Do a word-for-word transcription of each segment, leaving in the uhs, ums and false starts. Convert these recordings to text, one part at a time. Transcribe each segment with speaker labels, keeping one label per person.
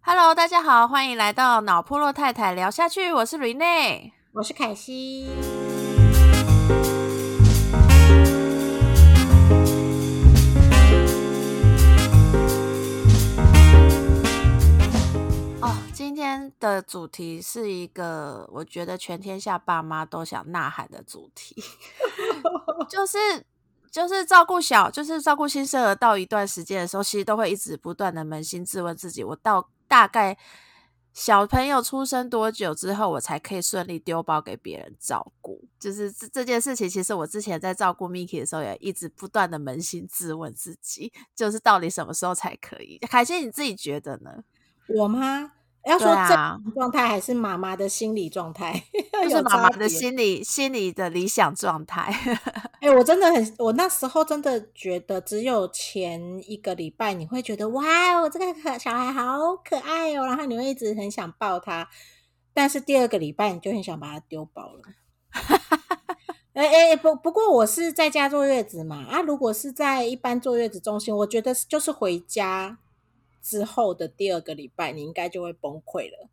Speaker 1: Hello，大家好，欢迎来到脑波洛太太聊下去，我是 Renee，
Speaker 2: 我是凯西。
Speaker 1: 哦，今天的主题是一个我觉得全天下爸妈都想呐喊的主题，就是就是照顾小，就是照顾新生儿到一段时间的时候，其实都会一直不断的扪心自问自己，我到大概小朋友出生多久之后，我才可以顺利丢包给别人照顾？就是这这件事情，其实我之前在照顾 Miki 的时候，也一直不断的扪心自问自己，就是到底什么时候才可以？凯西，你自己觉得呢？
Speaker 2: 我吗？要
Speaker 1: 对
Speaker 2: 说正
Speaker 1: 啊，
Speaker 2: 常状态还是妈妈的心理状态有
Speaker 1: 就是妈妈的
Speaker 2: 差别。
Speaker 1: 心理心理的理想状态。
Speaker 2: 哎、我真的很，我那时候真的觉得，只有前一个礼拜你会觉得，哇，我这个可小孩好可爱哦，然后你会一直很想抱他，但是第二个礼拜你就很想把他丢包了。哎哎，不不过我是在家坐月子嘛，啊，如果是在一般坐月子中心，我觉得就是回家之后的第二个礼拜，你应该就会崩溃了。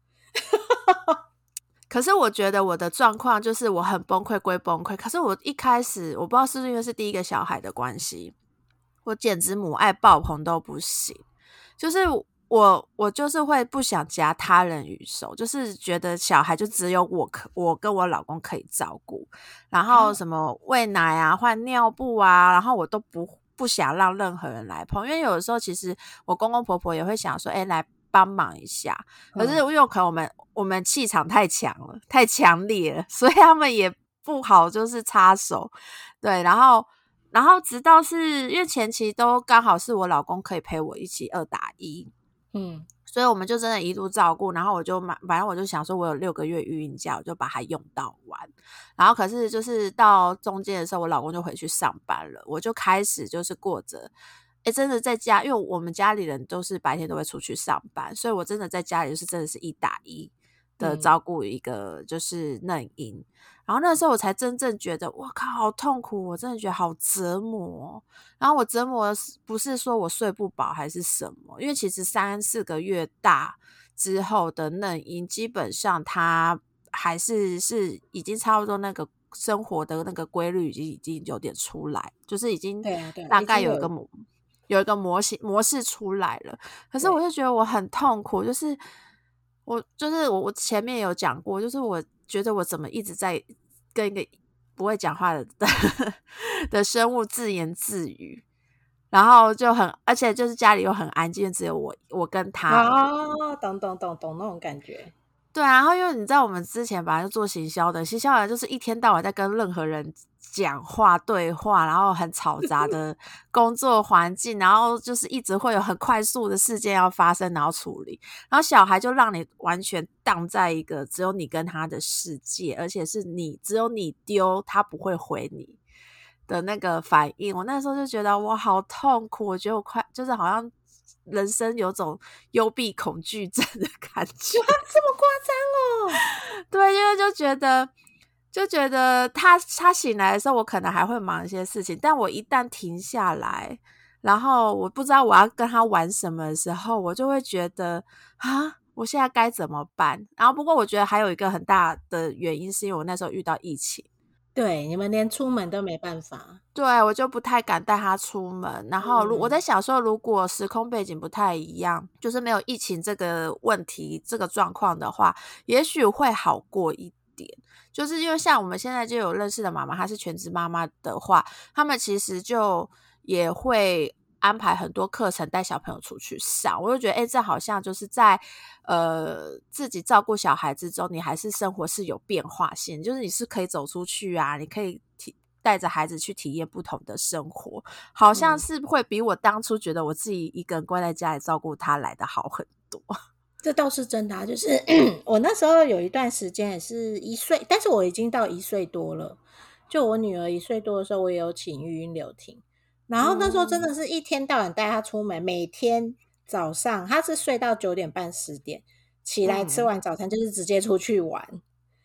Speaker 1: 可是我觉得我的状况就是我很崩溃归崩溃，可是我一开始我不知道是不是因为是第一个小孩的关系，我简直母爱爆棚都不行，就是我我就是会不想夹他人于手，就是觉得小孩就只有我可我跟我老公可以照顾，然后什么喂奶啊换尿布啊，然后我都不不想让任何人来碰，因为有的时候其实我公公婆婆也会想说，哎，来帮忙一下，可是因为可能我们我们气场太强了，太强烈了，所以他们也不好就是插手，对，然后然后直到是因为前期都刚好是我老公可以陪我一起二打一，
Speaker 2: 嗯，
Speaker 1: 所以我们就真的一路照顾，然后我就反正我就想说我有六个月育婴假，我就把它用到完，然后可是就是到中间的时候我老公就回去上班了，我就开始就是过着诶真的在家，因为我们家里人都是白天都会出去上班，所以我真的在家里就是真的是一打一的照顾一个就是嫩婴，然后那时候我才真正觉得哇靠好痛苦，我真的觉得好折磨哦，然后我折磨不是说我睡不饱还是什么，因为其实三四个月大之后的嫩婴基本上他还是是已经差不多那个生活的那个规律已经已经有点出来，就是已经
Speaker 2: 对啊，对啊，
Speaker 1: 大
Speaker 2: 已经有
Speaker 1: 概有一个模有一个模型模式出来了。可是我
Speaker 2: 对
Speaker 1: 就觉得我很痛苦，就是我就是我我前面有讲过，就是我觉得我怎么一直在跟一个不会讲话的的生物自言自语，然后就很而且就是家里又很安静，只有我我跟他而已。
Speaker 2: 哦，懂懂懂懂那种感觉。
Speaker 1: 对啊，然后因为你知道我们之前本来就做行销的，行销人就是一天到晚在跟任何人讲话对话，然后很嘈杂的工作环境，然后就是一直会有很快速的事件要发生，然后处理，然后小孩就让你完全荡在一个只有你跟他的世界，而且是你只有你丢他不会回你的那个反应。我那时候就觉得我好痛苦，我觉得我快就是好像人生有种幽闭恐惧症的感觉。
Speaker 2: 哇，这么夸张哦！
Speaker 1: 对，因为就觉得就觉得他他醒来的时候，我可能还会忙一些事情，但我一旦停下来，然后我不知道我要跟他玩什么的时候，我就会觉得啊，我现在该怎么办？然后不过我觉得还有一个很大的原因，是因为我那时候遇到疫情。
Speaker 2: 对，你们连出门都没办法。
Speaker 1: 对，我就不太敢带他出门，然后如我在
Speaker 2: 嗯，
Speaker 1: 想说，如果时空背景不太一样，就是没有疫情这个问题这个状况的话，也许会好过一点。就是因为像我们现在就有认识的妈妈，她是全职妈妈的话，他们其实就也会安排很多课程带小朋友出去上，我就觉得，哎、欸，这好像就是在呃自己照顾小孩之中，你还是生活是有变化性，就是你是可以走出去啊，你可以体带着孩子去体验不同的生活，好像
Speaker 2: 嗯，
Speaker 1: 是会比我当初觉得我自己一个人关在家里照顾他来的好很多。
Speaker 2: 这倒是真的啊，就是我那时候有一段时间也是一岁，但是我已经到一岁多了。就我女儿一岁多的时候，我也有请育婴留停，然后那时候真
Speaker 1: 嗯
Speaker 2: 的是一天到晚带她出门，每天早上她是睡到九点半十点起来，吃
Speaker 1: 嗯，
Speaker 2: 完早餐就是直接出去玩。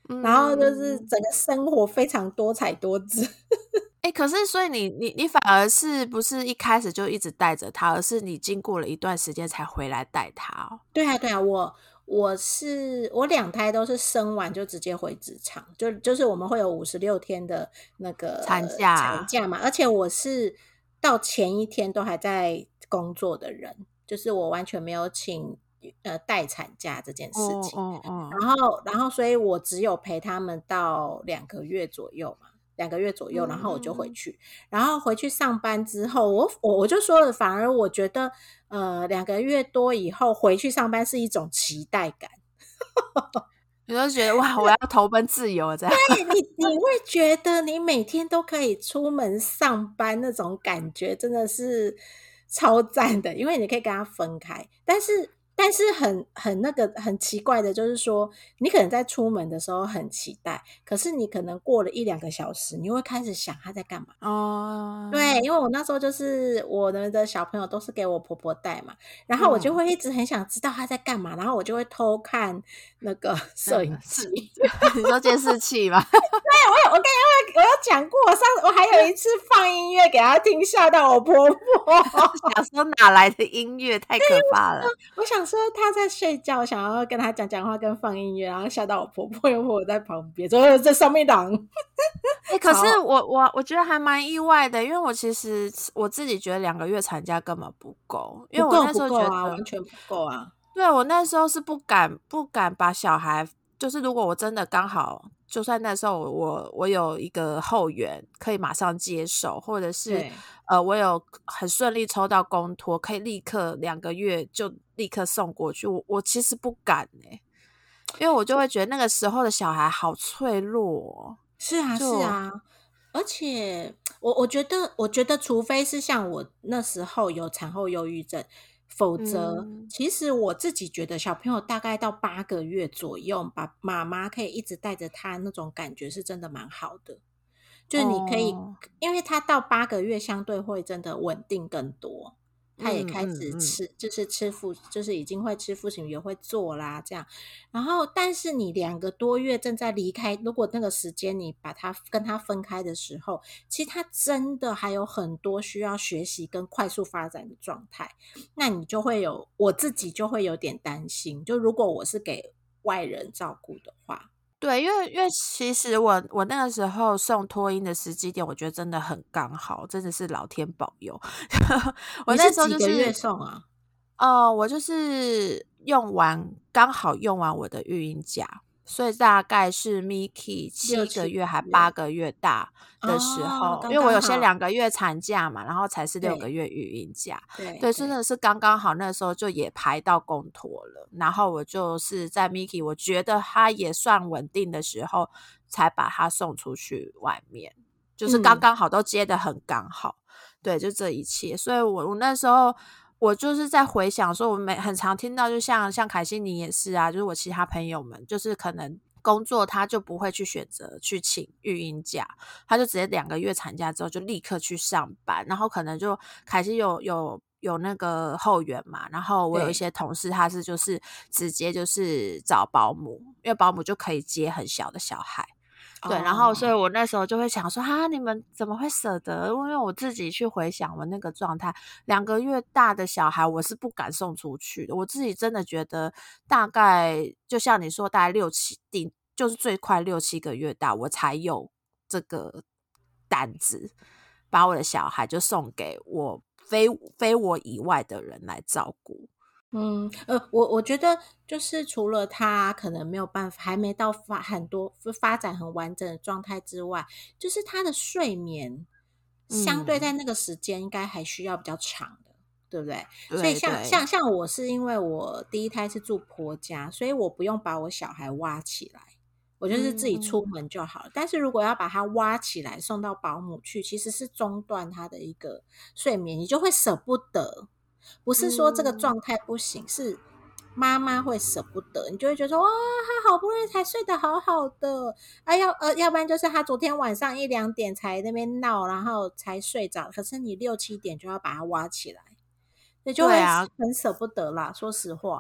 Speaker 2: 然后就是
Speaker 1: 嗯，
Speaker 2: 整个生活非常多彩多姿。
Speaker 1: 哎、可是所以你你你反而是不是一开始就一直带着他，而是你经过了一段时间才回来带他哦？
Speaker 2: 对啊，对啊，我我是我两胎都是生完就直接回职场，就就是我们会有五十六天的那
Speaker 1: 产
Speaker 2: 个产
Speaker 1: 假。
Speaker 2: 假嘛，而且我是到前一天都还在工作的人，就是我完全没有请呃待产假这件事
Speaker 1: 哦
Speaker 2: 情。
Speaker 1: 哦哦，
Speaker 2: 然后然后所以我只有陪他们到两个月左右嘛两个月左右，然
Speaker 1: 嗯
Speaker 2: 后我就回
Speaker 1: 嗯，
Speaker 2: 去。然后回去上班之后，我我我就说了，反而我觉得，呃，两个月多以后回去上班是一种期待感。
Speaker 1: 你就觉得哇，我要投奔自由了这样。
Speaker 2: 对，你你会觉得你每天都可以出门上班，那种感觉真的是超赞的，因为你可以跟他分开。但是但是很很那个很奇怪的，就是说你可能在出门的时候很期待，可是你可能过了一两个小时，你会开始想他在干嘛。对，
Speaker 1: 哦，
Speaker 2: 因为我那时候就是我们的小朋友都是给我婆婆带嘛，然后我就
Speaker 1: 嗯，
Speaker 2: 会一直很想知道她在干嘛，然后我就会偷看那个
Speaker 1: 那
Speaker 2: 摄影机。
Speaker 1: 个是你说监视器吗？
Speaker 2: 对，我有我跟你我有讲过，我上我还有一次放音乐给她听，吓到我婆婆。
Speaker 1: 想说哪来的音乐，太可怕了。
Speaker 2: 我想说她在睡觉，想要跟她讲讲话跟放音乐，然后吓到我婆婆，因为我在旁边说这上面档
Speaker 1: 哎、可是
Speaker 2: 超
Speaker 1: 我我我觉得还蛮意外的，因为我其实我自己觉得两个月产假根本不够，因
Speaker 2: 不够
Speaker 1: 为我那时候
Speaker 2: 不够啊，
Speaker 1: 觉得，
Speaker 2: 完全不够啊。
Speaker 1: 对我那时候是不敢不敢把小孩，就是如果我真的刚好，就算那时候我我我有一个后援可以马上接手，或者是
Speaker 2: 对，
Speaker 1: 呃我有很顺利抽到公托，可以立刻两个月就立刻送过去，我我其实不敢哎、因为我就会觉得那个时候的小孩好脆弱哦，
Speaker 2: 是啊，是
Speaker 1: 就
Speaker 2: 啊，而且我我觉得，我觉得，除非是像我那时候有产后忧郁症，否则
Speaker 1: 嗯
Speaker 2: 其实我自己觉得小朋友大概到八个月左右，爸妈妈可以一直带着他，那种感觉是真的蛮好的。就是你可以，
Speaker 1: 哦，
Speaker 2: 因为他到八个月相对会真的稳定更多，他也
Speaker 1: 嗯
Speaker 2: 开
Speaker 1: 嗯嗯，
Speaker 2: 始吃，就是吃父，就是已经会吃父亲也会做啦，这样。然后，但是你两个多月正在离开，如果那个时间你把他跟他分开的时候，其实他真的还有很多需要学习跟快速发展的状态，那你就会有，我自己就会有点担心，就如果我是给外人照顾的话。
Speaker 1: 对，因为因为其实我我那个时候送托婴的时机点，我觉得真的很刚好，真的是老天保佑。我
Speaker 2: 你是
Speaker 1: 那时候
Speaker 2: 几个月
Speaker 1: 就是
Speaker 2: 送啊？
Speaker 1: 呃，我就是用完刚好用完我的育婴假，所以大概是 Miki 七个
Speaker 2: 六七个
Speaker 1: 月还八
Speaker 2: 月。
Speaker 1: 个月大的时
Speaker 2: 哦，
Speaker 1: 候，
Speaker 2: 刚
Speaker 1: 因为我有先
Speaker 2: 刚好。
Speaker 1: 两个月产假嘛，然后才是六个
Speaker 2: 对
Speaker 1: 月育婴假，对，真
Speaker 2: 对对，
Speaker 1: 的是刚刚好，那时候就也排到公托了，然后我就是在 Miki 我觉得他也算稳定的时候，才把他送出去外面，就是刚
Speaker 2: 嗯，
Speaker 1: 刚好都接得很刚好。对，就这一切，所以我我那时候我就是在回想说，我每很常听到，就像像凯西你也是啊，就是我其他朋友们，就是可能工作他就不会去选择去请育婴假，他就直接两个月产假之后就立刻去上班，然后可能就凯西有有。有那个后援嘛，然后我有一
Speaker 2: 对，
Speaker 1: 些同事，他是就是直接就是找保姆，因为保姆就可以接很小的小孩，对，然后所以
Speaker 2: 哦，
Speaker 1: 我那时候就会想说，哈，你们怎么会舍得？因为我自己去回想我那个状态，两个月大的小孩，我是不敢送出去的。我自己真的觉得，大概就像你说，大概六七顶，就是最快六七个月大，我才有这个胆子，把我的小孩就送给我非非我以外的人来照顾。
Speaker 2: 嗯，呃，我我觉得就是除了他可能没有办法，还没到发很多发展很完整的状态之外，就是他的睡眠相对在
Speaker 1: 嗯，
Speaker 2: 那个时间应该还需要比较长的，对不对？所以
Speaker 1: 对对，
Speaker 2: 像像像我是因为我第一胎是住婆家，所以我不用把我小孩挖起来。我就是自己出
Speaker 1: 嗯
Speaker 2: 门就好了，但是如果要把他挖起来送到保姆去，其实是中断他的一个睡眠，你就会舍不得。不是说这个
Speaker 1: 嗯，
Speaker 2: 状态不行，是妈妈会舍不得，你就会觉得说哇，他好不容易才睡得好好的，啊要呃，要不然就是他昨天晚上一两点才那边闹，然后才睡着，可是你六七点就要把他挖起来，你就会
Speaker 1: 对啊，
Speaker 2: 很舍不得啦。说实话，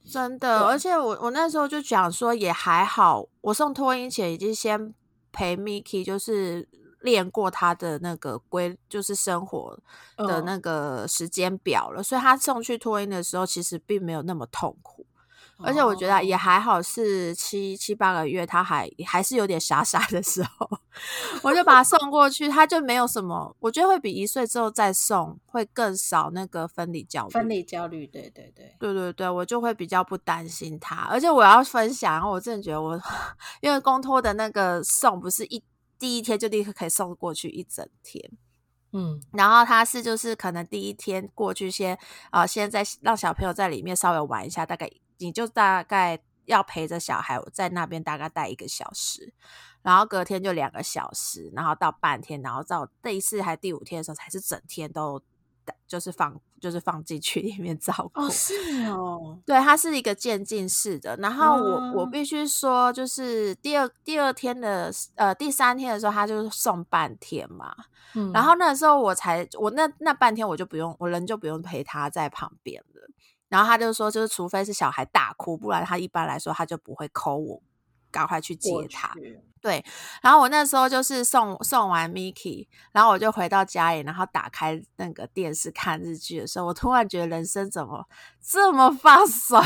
Speaker 1: 真的，而且我我那时候就讲说也还好，我送托婴前已经先陪 Miki 就是练过他的那个规，就是生活的那个时间表了，哦、所以他送去托婴的时候其实并没有那么痛苦。而且我觉得也还好，是七七八个月，他还还是有点傻傻的时候，我就把他送过去，他就没有什么，我觉得会比一岁之后再送会更少那个分离焦虑。
Speaker 2: 分离焦虑，对对对，
Speaker 1: 对对对，我就会比较不担心他。而且我要分享，我真的觉得我因为公托的那个送不是一第一天就立刻可以送过去一整天。嗯，然后他是就是可能第一天过去先呃先在让小朋友在里面稍微玩一下，大概你就大概要陪着小孩在那边大概待一个小时，然后隔天就两个小时，然后到半天，然后到第四还第五天的时候才是整天都就是放就是放进去里面照顾。
Speaker 2: 哦，是哦，
Speaker 1: 对，它是一个渐进式的。然后我、哦、我必须说，就是第二第二天的呃第三天的时候，他就是送半天嘛。嗯，然后那时候我才我那那半天我就不用我人就不用陪他在旁边了。然后他就说，就是除非是小孩大哭，不然他一般来说他就不会 call 我，赶快去接他。对，然后我那时候就是送送完 Miki， 然后我就回到家里，然后打开那个电视看日剧的时候，我突然觉得人生怎么这么放松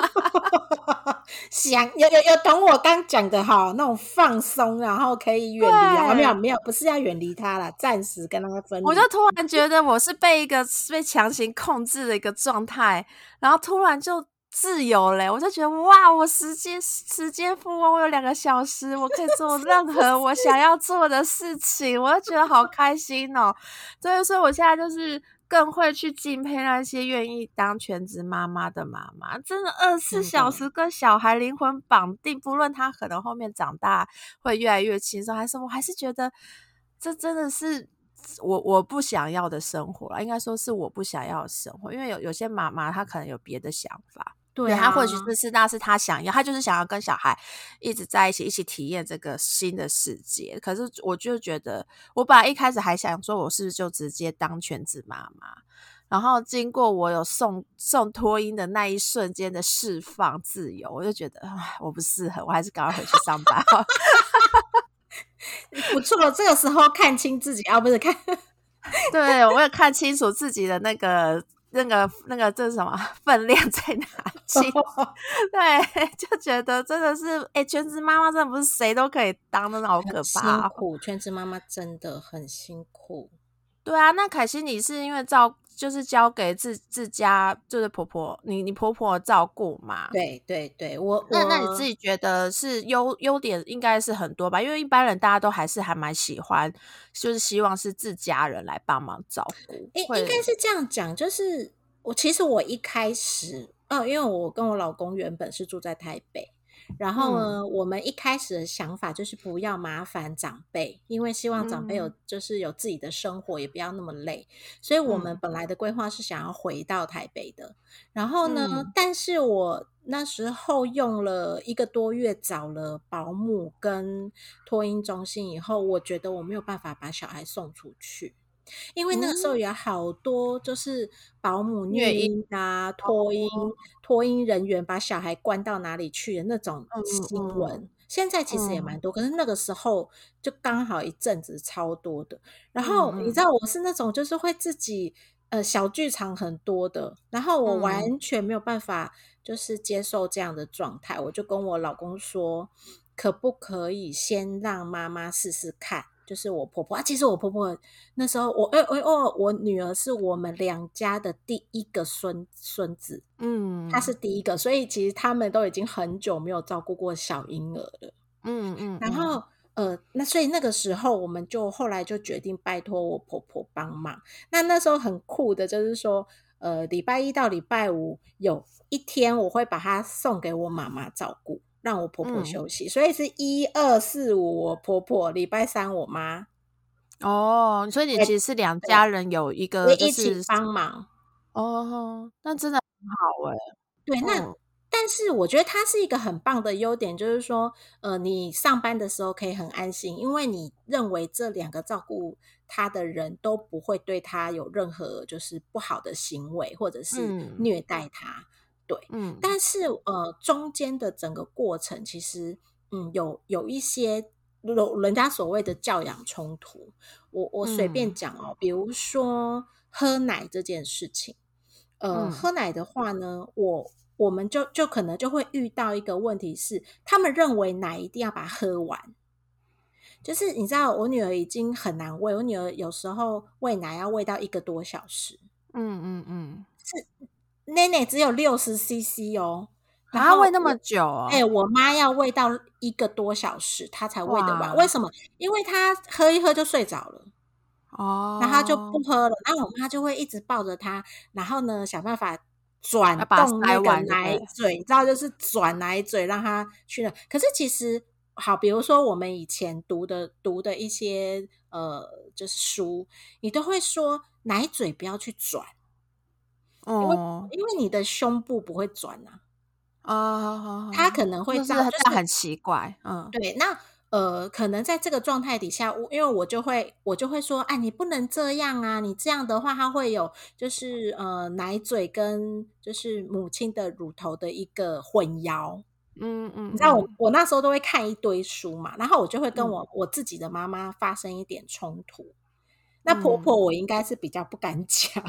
Speaker 2: 想有有有懂我刚讲的哈，那种放松，然后可以远离啊，没有没有，不是要远离他啦，暂时跟他分离。
Speaker 1: 我就突然觉得我是被一个被强行控制的一个状态，然后突然就自由嘞，我就觉得哇，我时间时间富翁，我有两个小时，我可以做任何我想要做的事情，我就觉得好开心哦。所以说我现在就是更会去敬佩那些愿意当全职妈妈的妈妈，真的二十四小时跟小孩灵魂绑定，不论他可能后面长大会越来越轻松还是什么，我还是觉得这真的是我我不想要的生活啦，应该说是我不想要的生活，因为有有些妈妈她可能有别的想法。对, 对，他或许是那是他想要，他就是想要跟小孩一直在一起，一起体验这个新的世界。可是我就觉得，我本来一开始还想说，我是不是就直接当全职妈妈？然后经过我有送送托婴的那一瞬间的释放自由，我就觉得我不适合，我还是赶快回去上班。
Speaker 2: 不错，这个时候看清自己啊，不是看，
Speaker 1: 对，我有看清楚自己的那个。那个那个这是什么分量在哪里？对，就觉得真的是哎、欸，全职妈妈真的不是谁都可以当，真的好可怕、
Speaker 2: 哦、辛苦，全职妈妈真的很辛苦。
Speaker 1: 对啊，那凯西你是因为照就是交给自自家就是婆婆你你婆婆照顾嘛？
Speaker 2: 对对对，我
Speaker 1: 那那你自己觉得是优优点应该是很多吧？因为一般人大家都还是还蛮喜欢，就是希望是自家人来帮忙照顾。
Speaker 2: 应应该是这样讲，就是我其实我一开始哦，因为我跟我老公原本是住在台北。然后呢、嗯，我们一开始的想法就是不要麻烦长辈，因为希望长辈有、嗯、就是有自己的生活，也不要那么累。所以我们本来的规划是想要回到台北的。然后呢，嗯、但是我那时候用了一个多月，找了保姆跟托婴中心以后，我觉得我没有办法把小孩送出去。因为那个时候有好多就是保姆虐婴啊、托婴、托婴人员把小孩关到哪里去的那种新闻，嗯嗯、现在其实也蛮多，嗯、可是那个时候就刚好一阵子超多的。然后你知道我是那种就是会自己呃小剧场很多的，然后我完全没有办法就是接受这样的状态，我就跟我老公说，可不可以先让妈妈试试看。就是我婆婆啊，其实我婆婆那时候我哎哎哦，我女儿是我们两家的第一个孙孙子，嗯，她是第一个，所以其实他们都已经很久没有照顾过小婴儿了，嗯嗯，然后呃，那所以那个时候我们就后来就决定拜托我婆婆帮忙。那那时候很酷的就是说，呃，礼拜一到礼拜五有一天我会把她送给我妈妈照顾。让我婆婆休息、嗯、所以是一二四五我婆婆，礼拜三我妈。
Speaker 1: 哦，所以你其实是两家人有一个、就是、
Speaker 2: 一起帮忙。
Speaker 1: 哦，那真的很好哎、欸。
Speaker 2: 对，那、嗯、但是我觉得它是一个很棒的优点，就是说呃，你上班的时候可以很安心，因为你认为这两个照顾他的人都不会对他有任何就是不好的行为或者是虐待他、嗯、 对，
Speaker 1: 嗯
Speaker 2: 但是呃，中间的整个过程其实，嗯，有有一些有人家所谓的教养冲突，我我随便
Speaker 1: 嗯
Speaker 2: 讲哦，比如说喝奶这件事情，呃，
Speaker 1: 嗯
Speaker 2: 喝奶的话呢，我我们就就可能就会遇到一个问题是，他们认为奶一定要把它喝完。就是你知道，我女儿已经很难喂，我女儿有时候喂奶要喂到一个多小时，
Speaker 1: 嗯嗯嗯，
Speaker 2: 奶奶只有六十 C C 哦，然
Speaker 1: 啊，喂
Speaker 2: 后我
Speaker 1: 那么久
Speaker 2: 哎、
Speaker 1: 哦，
Speaker 2: 我妈要喂到一个多小时，她才喂得完。为
Speaker 1: 哇，
Speaker 2: 什么？因为她喝一喝就睡着了，然后她就不
Speaker 1: 哦，
Speaker 2: 喝了，然后我妈就会一直抱着她，然后呢想办法转
Speaker 1: 要把它
Speaker 2: 动那个
Speaker 1: 塞完就对了，
Speaker 2: 奶嘴，你知道，就是转奶嘴让她去了。可是其实好，比如说我们以前读的读的一些呃就是书，你都会说奶嘴不要去转，因为
Speaker 1: 哦，
Speaker 2: 因为你的胸部不会转啊。它
Speaker 1: 哦，
Speaker 2: 可能会
Speaker 1: 就是
Speaker 2: 造就是
Speaker 1: 这样很奇怪，嗯
Speaker 2: 对，那呃，可能在这个状态底下，我因为我就会我就会说，哎，你不能这样啊，你这样的话，它会有就是呃奶嘴跟就是母亲的乳头的一个混淆。
Speaker 1: 嗯嗯
Speaker 2: 你知道我
Speaker 1: 嗯
Speaker 2: 我那时候都会看一堆书嘛，然后我就会跟
Speaker 1: 嗯
Speaker 2: 我我自己的妈妈发生一点冲突。那婆
Speaker 1: 嗯，
Speaker 2: 婆我应该是比较不敢讲，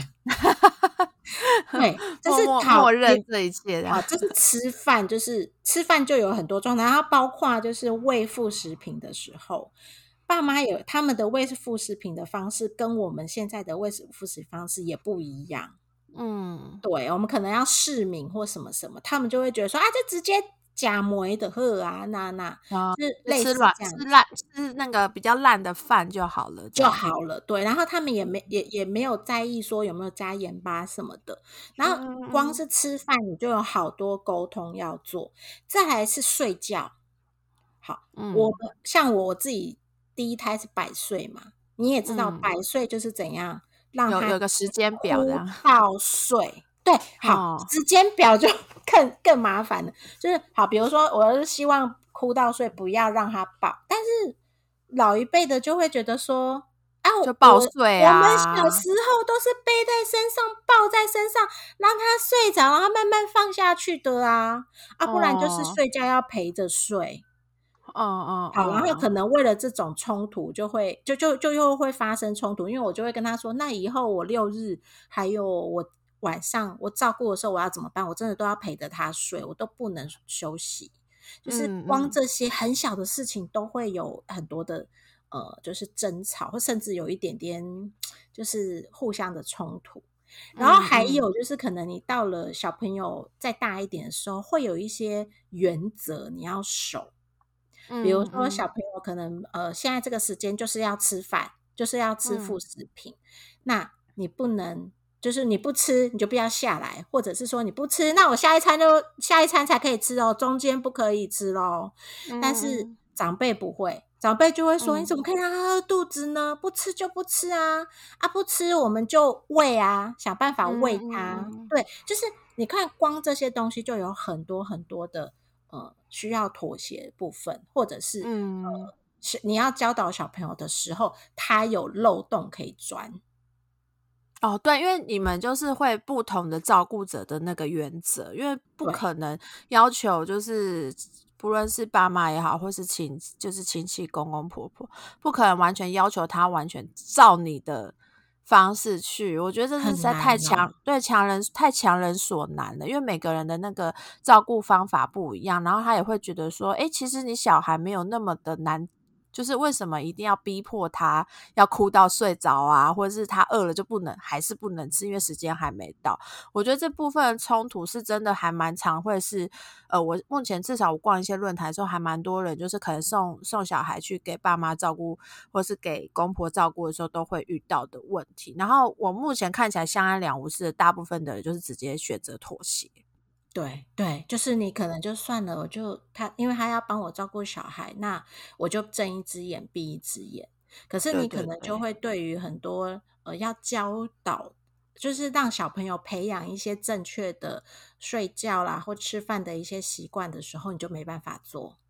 Speaker 2: 对，就
Speaker 1: 默
Speaker 2: 是好，
Speaker 1: 默默认
Speaker 2: 比
Speaker 1: 这一切的，
Speaker 2: 好，这是吃饭，就是吃饭就有很多状态，然后包括就是喂副食品的时候，爸妈有他们的喂副食品的方式，跟我们现在的喂副食方式也不一样。
Speaker 1: 嗯。
Speaker 2: 对，我们可能要试敏或什么什么，他们就会觉得说啊，这直接假梅的喝啊，那那
Speaker 1: 啊，
Speaker 2: 就是
Speaker 1: 就吃
Speaker 2: 类似
Speaker 1: 软吃烂
Speaker 2: 这样子。
Speaker 1: 吃那个比较烂的饭就好了，这
Speaker 2: 就
Speaker 1: 样。
Speaker 2: 好了，对，然后他们也没也也没有在意说有没有加盐巴什么的，然后
Speaker 1: 嗯嗯
Speaker 2: 光是吃饭你就有好多沟通要做，再来是睡觉。好，我
Speaker 1: 嗯
Speaker 2: 像我自己第一胎是百岁嘛，你也知道
Speaker 1: 嗯，
Speaker 2: 百岁就是怎样让他
Speaker 1: 有有个时间表这
Speaker 2: 哭
Speaker 1: 样。
Speaker 2: 到睡。对，好，
Speaker 1: 哦，
Speaker 2: 时间表就更更麻烦了。就是好，比如说我是希望哭到睡，不要让他抱，但是老一辈的就会觉得说，啊，
Speaker 1: 就
Speaker 2: 我
Speaker 1: 报税
Speaker 2: 我们小
Speaker 1: 啊。
Speaker 2: 时候都是背在身上，抱在身上，让他睡着，然后慢慢放下去的啊，啊，不然就是
Speaker 1: 哦，
Speaker 2: 睡觉要陪着睡。
Speaker 1: 嗯嗯
Speaker 2: 好，然后可
Speaker 1: 嗯，
Speaker 2: 能为了这种冲突，就会就就就又会发生冲突，因为我就会跟他说，那以后我六日还有我晚上我照顾的时候，我要怎么办？我真的都要陪着他睡，我都不能休息。就是光
Speaker 1: 嗯嗯
Speaker 2: 这些很小的事情，都会有很多的呃，就是争吵，或甚至有一点点就是互相的冲突。然后还
Speaker 1: 嗯嗯
Speaker 2: 有就是，可能你到了小朋友再大一点的时候，会有一些原则你要守。比如
Speaker 1: 嗯嗯
Speaker 2: 说小朋友可能呃，现在这个时间就是要吃饭，就是要吃副
Speaker 1: 嗯
Speaker 2: 食品，那你不能就是你不吃你就不要下来，或者是说你不吃，那我下一餐就下一餐才可以吃哦，中间不可以吃咯。但是
Speaker 1: 嗯
Speaker 2: 长辈不会，长辈就会说你
Speaker 1: 嗯
Speaker 2: 怎么可以让他饿肚子呢？不吃就不吃啊，啊不吃我们就喂啊，想办法
Speaker 1: 嗯
Speaker 2: 喂他。
Speaker 1: 嗯
Speaker 2: 对，就是你看光这些东西就有很多很多的呃需要妥协的部分，或者是
Speaker 1: 嗯。
Speaker 2: 呃是你要教导小朋友的时候，他有漏洞可以钻。
Speaker 1: 哦，对，因为你们就是会不同的照顾者的那个原则，因为不
Speaker 2: 对
Speaker 1: 可能要求就是不论是爸妈也好，或是亲就是亲戚公公婆婆，不可能完全要求他完全照你的方式去。我觉得这是实
Speaker 2: 很
Speaker 1: 在太
Speaker 2: 难哦。
Speaker 1: 强，对强人太强人所难了，因为每个人的那个照顾方法不一样，然后他也会觉得说，诶，其实你小孩没有那么的难。就是为什么一定要逼迫他要哭到睡着啊，或者是他饿了就不能，还是不能吃，因为时间还没到。我觉得这部分的冲突是真的还蛮常会是，呃，我目前至少我逛一些论坛的时候，还蛮多人就是可能送送小孩去给爸妈照顾，或是给公婆照顾的时候都会遇到的问题。然后我目前看起来相安两无是大部分的人就是直接选择妥协。
Speaker 2: 对对，就是你可能就算了，我就他，因为他要帮我照顾小孩，那我就睁一只眼闭一只眼。可是
Speaker 1: 对
Speaker 2: 你可能就
Speaker 1: 对对，
Speaker 2: 会对于很多呃要教导，就是让小朋友培养一些正确的睡觉啦或吃饭的一些习惯的时候，你就没办法做。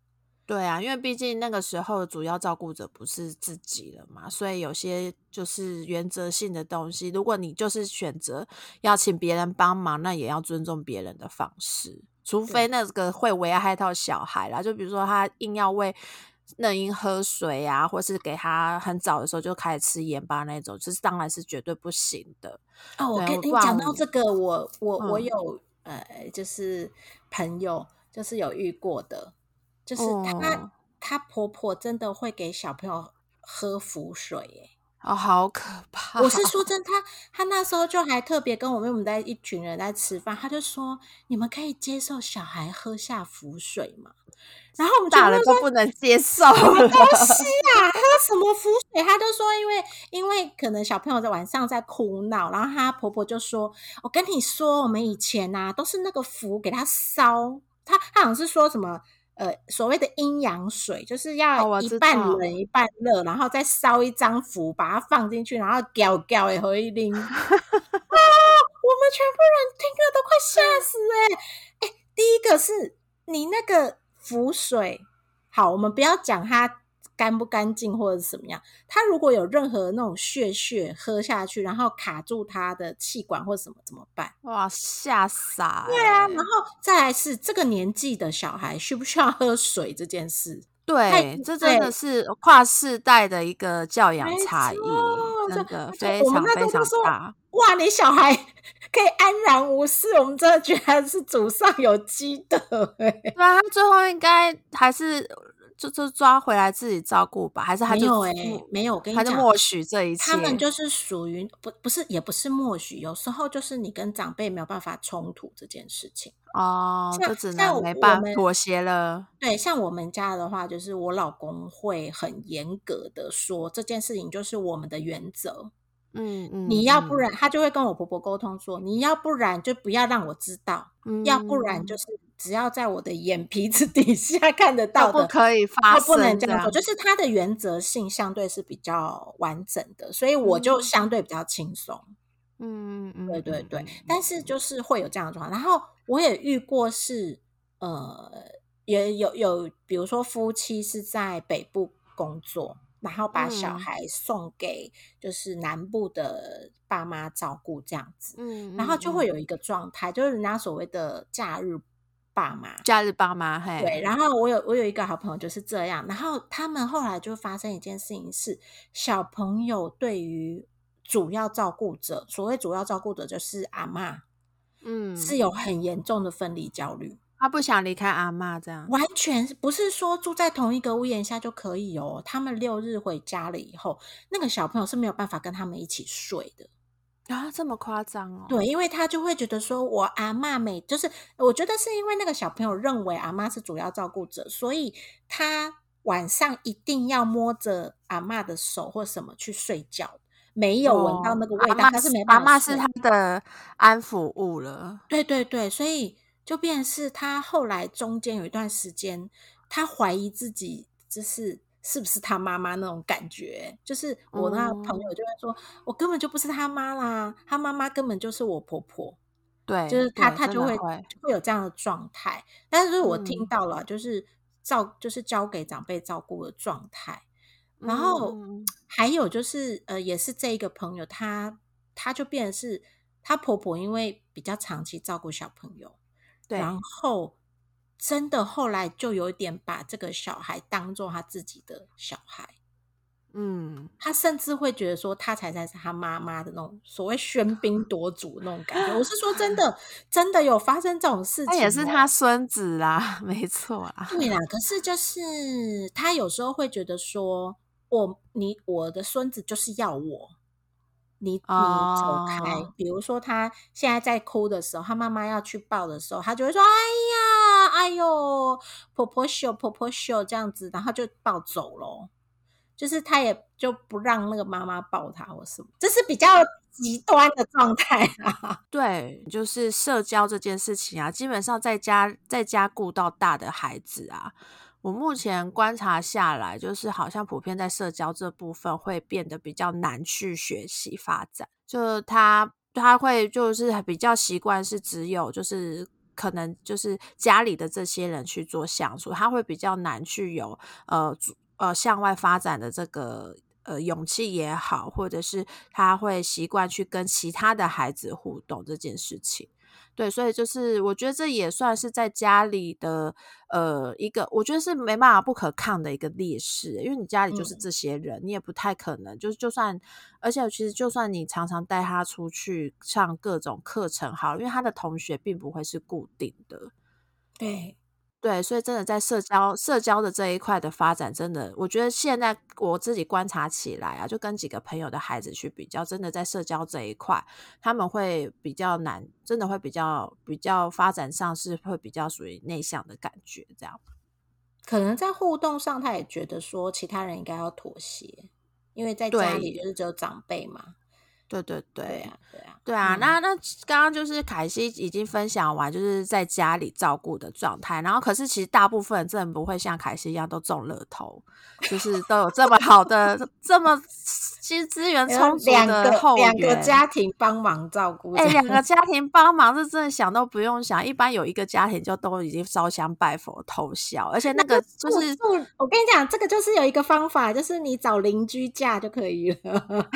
Speaker 1: 对啊，因为毕竟那个时候的主要照顾者不是自己了嘛，所以有些就是原则性的东西，如果你就是选择要请别人帮忙，那也要尊重别人的方式，除非那个会危害到小孩啦，就比如说他硬要喂嫩婴喝水啊，或是给他很早的时候就开始吃盐巴那种，就是当然是绝对不行的。
Speaker 2: 哦，我
Speaker 1: 对，
Speaker 2: 跟你
Speaker 1: 不然
Speaker 2: 讲到这个，我我我
Speaker 1: 嗯
Speaker 2: 有呃，就是朋友就是有遇过的，就是她
Speaker 1: 哦
Speaker 2: 她婆婆真的会给小朋友喝符水耶。
Speaker 1: 哦，好可怕
Speaker 2: 我是说真的，她她那时候就还特别跟我们我们在一群人在吃饭，她就说你们可以接受小孩喝下符水吗？然后我们全
Speaker 1: 大
Speaker 2: 部都说
Speaker 1: 人都不能接受
Speaker 2: 什么东
Speaker 1: 了。
Speaker 2: 西啊？喝什么符水？她就说，因为因为可能小朋友在晚上在哭闹，然后她婆婆就说：“我跟你说，我们以前呐、啊、都是那个符给他烧，她她好像是说什么呃所谓的阴阳水，就是要
Speaker 1: 哦，我
Speaker 2: 一
Speaker 1: 知道。
Speaker 2: 半冷一半热，然后再烧一张符把它放进去，然后搅搅也可以拎。”啊！我们全部人听了都快吓死哎、欸！哎，第一个是你那个符水，好，我们不要讲它干不干净或者是什么样，它如果有任何那种血血喝下去，然后卡住它的气管或什么怎么办？
Speaker 1: 哇，吓傻
Speaker 2: 对啊，然
Speaker 1: 欸。
Speaker 2: 后再来是这个年纪的小孩需不需要喝水这件事，太
Speaker 1: 对，这真的
Speaker 2: 对，
Speaker 1: 是跨世代的一个教
Speaker 2: 没
Speaker 1: 养差
Speaker 2: 错，
Speaker 1: 异，
Speaker 2: 就
Speaker 1: 真的
Speaker 2: 就
Speaker 1: 非
Speaker 2: 我们那时
Speaker 1: 常非
Speaker 2: 候就说，
Speaker 1: 常大。
Speaker 2: 哇，你小孩可以安然无事，我们真的觉得是祖上有积德哎、欸。
Speaker 1: 对啊，他最后应该还是就就抓回来自己照顾吧，还是他就
Speaker 2: 没有哎、
Speaker 1: 默
Speaker 2: 没有，我跟你
Speaker 1: 他就
Speaker 2: 讲，
Speaker 1: 默许这一切？
Speaker 2: 他们就是属于不不是也不是默许，有时候就是你跟长辈没有办法冲突这件事情。
Speaker 1: 哦，
Speaker 2: 像
Speaker 1: 就只
Speaker 2: 像
Speaker 1: 能没
Speaker 2: 我们
Speaker 1: 办法妥协了。
Speaker 2: 对，像我们家的话，就是我老公会很严格的说这件事情就是我们的原则。
Speaker 1: 嗯嗯
Speaker 2: 你要不然，
Speaker 1: 嗯
Speaker 2: 他就会跟我婆婆沟通说，你要不然就不要让我知道，要不然就
Speaker 1: 嗯，
Speaker 2: 是只要在我的眼皮子底下看得
Speaker 1: 就不
Speaker 2: 到的，
Speaker 1: 可以发
Speaker 2: 就不能这样做。
Speaker 1: 生这样。
Speaker 2: 就是他的原则性相对是比较完整的，所以我就
Speaker 1: 嗯
Speaker 2: 相对比较轻松。
Speaker 1: 嗯嗯
Speaker 2: 对对对，
Speaker 1: 嗯嗯
Speaker 2: 但是就是会有这样的状况。然后我也遇过是，呃，也有有，比如说夫妻是在北部工作，然后把小
Speaker 1: 嗯
Speaker 2: 孩送给就是南部的爸妈照顾这样子，
Speaker 1: 嗯
Speaker 2: 然后
Speaker 1: 嗯嗯，
Speaker 2: 就会有一个状态，就是人家所谓的假日爸妈。
Speaker 1: 假日爸妈，
Speaker 2: 对，
Speaker 1: 嘿。
Speaker 2: 然后我有我有一个好朋友就是这样，然后他们后来就发生一件事情是，小朋友对于主要照顾者，所谓主要照顾者就是阿嬷，是
Speaker 1: 嗯，
Speaker 2: 有很严重的分离焦虑，
Speaker 1: 他不想离开阿嬷这样。
Speaker 2: 完全不是说住在同一个屋檐下就可以哦。他们六日回家了以后，那个小朋友是没有办法跟他们一起睡的。
Speaker 1: 啊，这么夸张哦？
Speaker 2: 对，因为他就会觉得说，我阿嬷每就是我觉得是因为那个小朋友认为阿嬷是主要照顾者，所以他晚上一定要摸着阿嬷的手或什么去睡觉，没有闻到
Speaker 1: 哦，
Speaker 2: 那个味道，
Speaker 1: 阿嬷是
Speaker 2: 他是没办法睡。
Speaker 1: 阿嬷是他的安抚物了。
Speaker 2: 对对对，所以就变成是他后来中间有一段时间，他怀疑自己就是是不是他妈妈那种感觉。就是我那个朋
Speaker 1: 嗯，
Speaker 2: 友就会说，我根本就不是他妈啦，他妈妈根本就是我婆婆。就是他
Speaker 1: 对对，
Speaker 2: 他就会
Speaker 1: 真的会。
Speaker 2: 会有这样的状态，但是我听
Speaker 1: 嗯
Speaker 2: 到了，就是照就是交给长辈照顾的状态。然
Speaker 1: 嗯
Speaker 2: 后
Speaker 1: 嗯，
Speaker 2: 还有就是，呃，也是这一个朋友，她她就变成是她婆婆，因为比较长期照顾小朋友，然
Speaker 1: 对。
Speaker 2: 后真的后来就有点把这个小孩当做他自己的小孩。
Speaker 1: 嗯，
Speaker 2: 他甚至会觉得说，他才才是他妈妈的那种所谓喧宾夺主的那种感觉。我是说真的，真的有发生这种事
Speaker 1: 他也
Speaker 2: 情哦。
Speaker 1: 是他孙子啦，没错啦。
Speaker 2: 对啦，可是就是他有时候会觉得说，我你我的孙子就是要我，你你走开。
Speaker 1: 哦，
Speaker 2: 比如说他现在在哭的时候，他妈妈要去抱的时候，他就会说：“哎呀，哎呦，婆婆秀，婆婆秀这样子，然后就抱走咯。就是他也就不让那个妈妈抱他或什么，这是比较极端的状态啊。
Speaker 1: 对，就是社交这件事情啊，基本上在家在家顾到大的孩子啊，我目前观察下来，就是好像普遍在社交这部分会变得比较难去学习发展，就他他会就是比较习惯是只有就是可能就是家里的这些人去做相处，他会比较难去有呃呃向外发展的这个呃勇气也好，或者是他会习惯去跟其他的孩子互动这件事情。对，所以就是我觉得这也算是在家里的呃一个，我觉得是没办法不可抗的一个劣势，因为你家里就是这些人，嗯、你也不太可能就是就算，而且其实就算你常常带他出去上各种课程好了，因为他的同学并不会是固定的。
Speaker 2: 对。
Speaker 1: 对，所以真的在社交社交的这一块的发展，真的，我觉得现在我自己观察起来啊，就跟几个朋友的孩子去比较，真的在社交这一块，他们会比较难，真的会比较比较发展上是会比较属于内向的感觉，这样。
Speaker 2: 可能在互动上，他也觉得说其他人应该要妥协，因为在家里就是只有长辈嘛。
Speaker 1: 对对对，
Speaker 2: 对啊，对啊，
Speaker 1: 对啊。
Speaker 2: 嗯、
Speaker 1: 那那刚刚就是凯西已经分享完，就是在家里照顾的状态。然后，可是其实大部分人真的不会像凯西一样都中乐透，就是都有这么好的、这么其实资源充足的后援，
Speaker 2: 两个家庭帮忙照顾。
Speaker 1: 哎、欸，两个家庭帮忙，这真的想都不用想。一般有一个家庭就都已经烧香拜佛偷笑，而且那个就是，
Speaker 2: 我跟你讲，这个就是有一个方法，就是你找邻居嫁就可以了。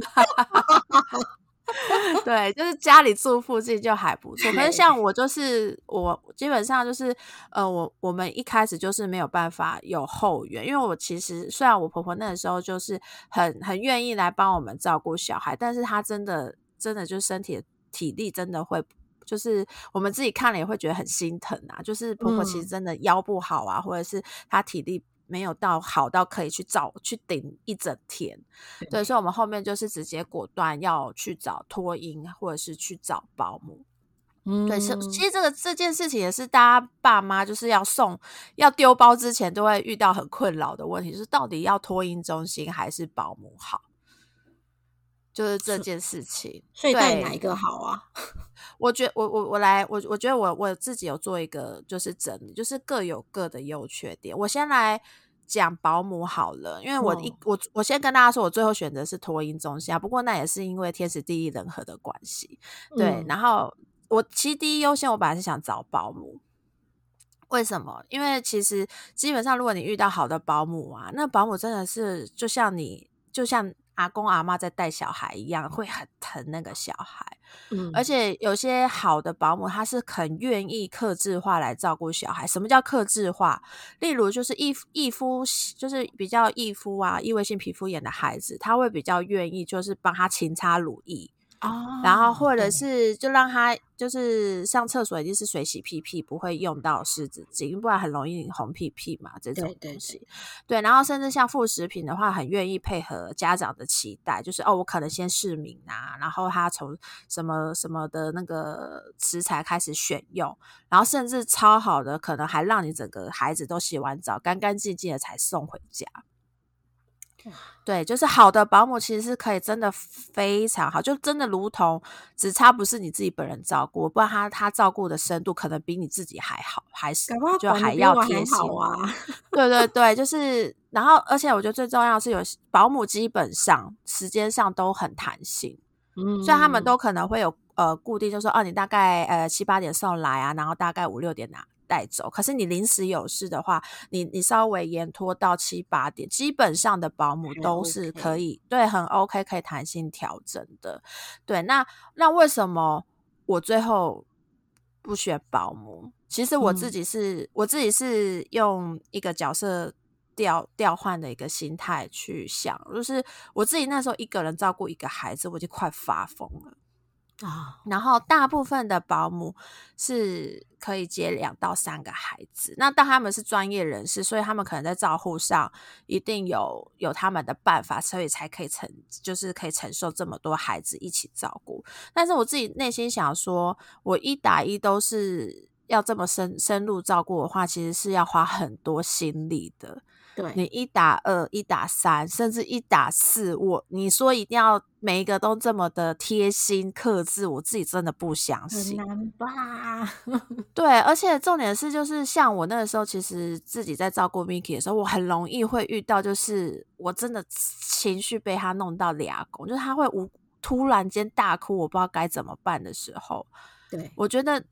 Speaker 1: 对，就是家里住附近就还不错。可是像我就是我基本上就是呃，我我们一开始就是没有办法有后援，因为我其实虽然我婆婆那个时候就是很很愿意来帮我们照顾小孩，但是她真的真的就是身体的体力真的会。就是我们自己看了也会觉得很心疼啊，就是婆婆其实真的腰不好啊，嗯、或者是她体力没有到好到可以去找去顶一整天，对，所以我们后面就是直接果断要去找托婴或者是去找保姆。嗯，对，是其实这个这件事情也是大家爸妈就是要送要丢包之前都会遇到很困扰的问题，就是到底要托婴中心还是保姆好？就是这件事情，
Speaker 2: 所以到底哪一个好啊？
Speaker 1: 我觉得我我我来我我觉得我我自己有做一个就是整理，就是各有各的优缺点。我先来讲保姆好了，因为我一、嗯、我我先跟大家说，我最后选择是托婴中心啊，不过那也是因为天时地利人和的关系。对，嗯、然后我其实第一优先我本来是想找保姆。为什么？因为其实基本上如果你遇到好的保姆啊，那保姆真的是就像你就像阿公阿嬷在带小孩一样，会很疼那个小孩。嗯，而且有些好的保姆，他是很愿意客制化来照顾小孩。什么叫客制化？例如就是易易肤，就是比较易肤啊，异位性皮肤炎的孩子，他会比较愿意就是帮他勤擦乳液。哦，然后或者是就让他就是上厕所一定是水洗屁屁，不会用到湿纸巾，不然很容易红屁屁嘛，这种东西。对, 对, 对, 对，然后甚至像副食品的话，很愿意配合家长的期待，就是哦，我可能先试敏啊，然后他从什么什么的那个食材开始选用，然后甚至超好的，可能还让你整个孩子都洗完澡干干净净的才送回家。对，就是好的保姆其实是可以真的非常好，就真的如同只差不是你自己本人照顾，不然他他照顾的深度可能比你自己还好，还是就还要贴心
Speaker 2: 啊。
Speaker 1: 对对对，就是然后而且我觉得最重要的是有保姆基本上时间上都很弹性，嗯，所以他们都可能会有呃固定，就说哦你大概呃七八点送来啊，然后大概五六点拿带走，可是你临时有事的话，你你稍微延拖到七八点，基本上的保姆都是可以，
Speaker 2: OK
Speaker 1: 对，很 OK， 可以弹性调整的。对，那那为什么我最后不选保姆？其实我自己是、嗯、我自己是用一个角色调调换的一个心态去想，就是我自己那时候一个人照顾一个孩子，我就快发疯了。啊，然后大部分的保姆是可以接两到三个孩子，那当他们是专业人士，所以他们可能在照护上一定有有他们的办法，所以才可以承就是可以承受这么多孩子一起照顾。但是我自己内心想说，我一打一都是要这么深深入照顾的话，其实是要花很多心力的。对，你一打二、一打三，甚至一打四，我你说一定要每一个都这么的贴心克制，我自己真的不相信，
Speaker 2: 很难吧？
Speaker 1: 对，而且重点是，就是像我那个时候，其实自己在照顾 Miki 的时候，我很容易会遇到，就是我真的情绪被他弄到俩拱，就是他会无突然间大哭，我不知道该怎么办的时候，对，我觉得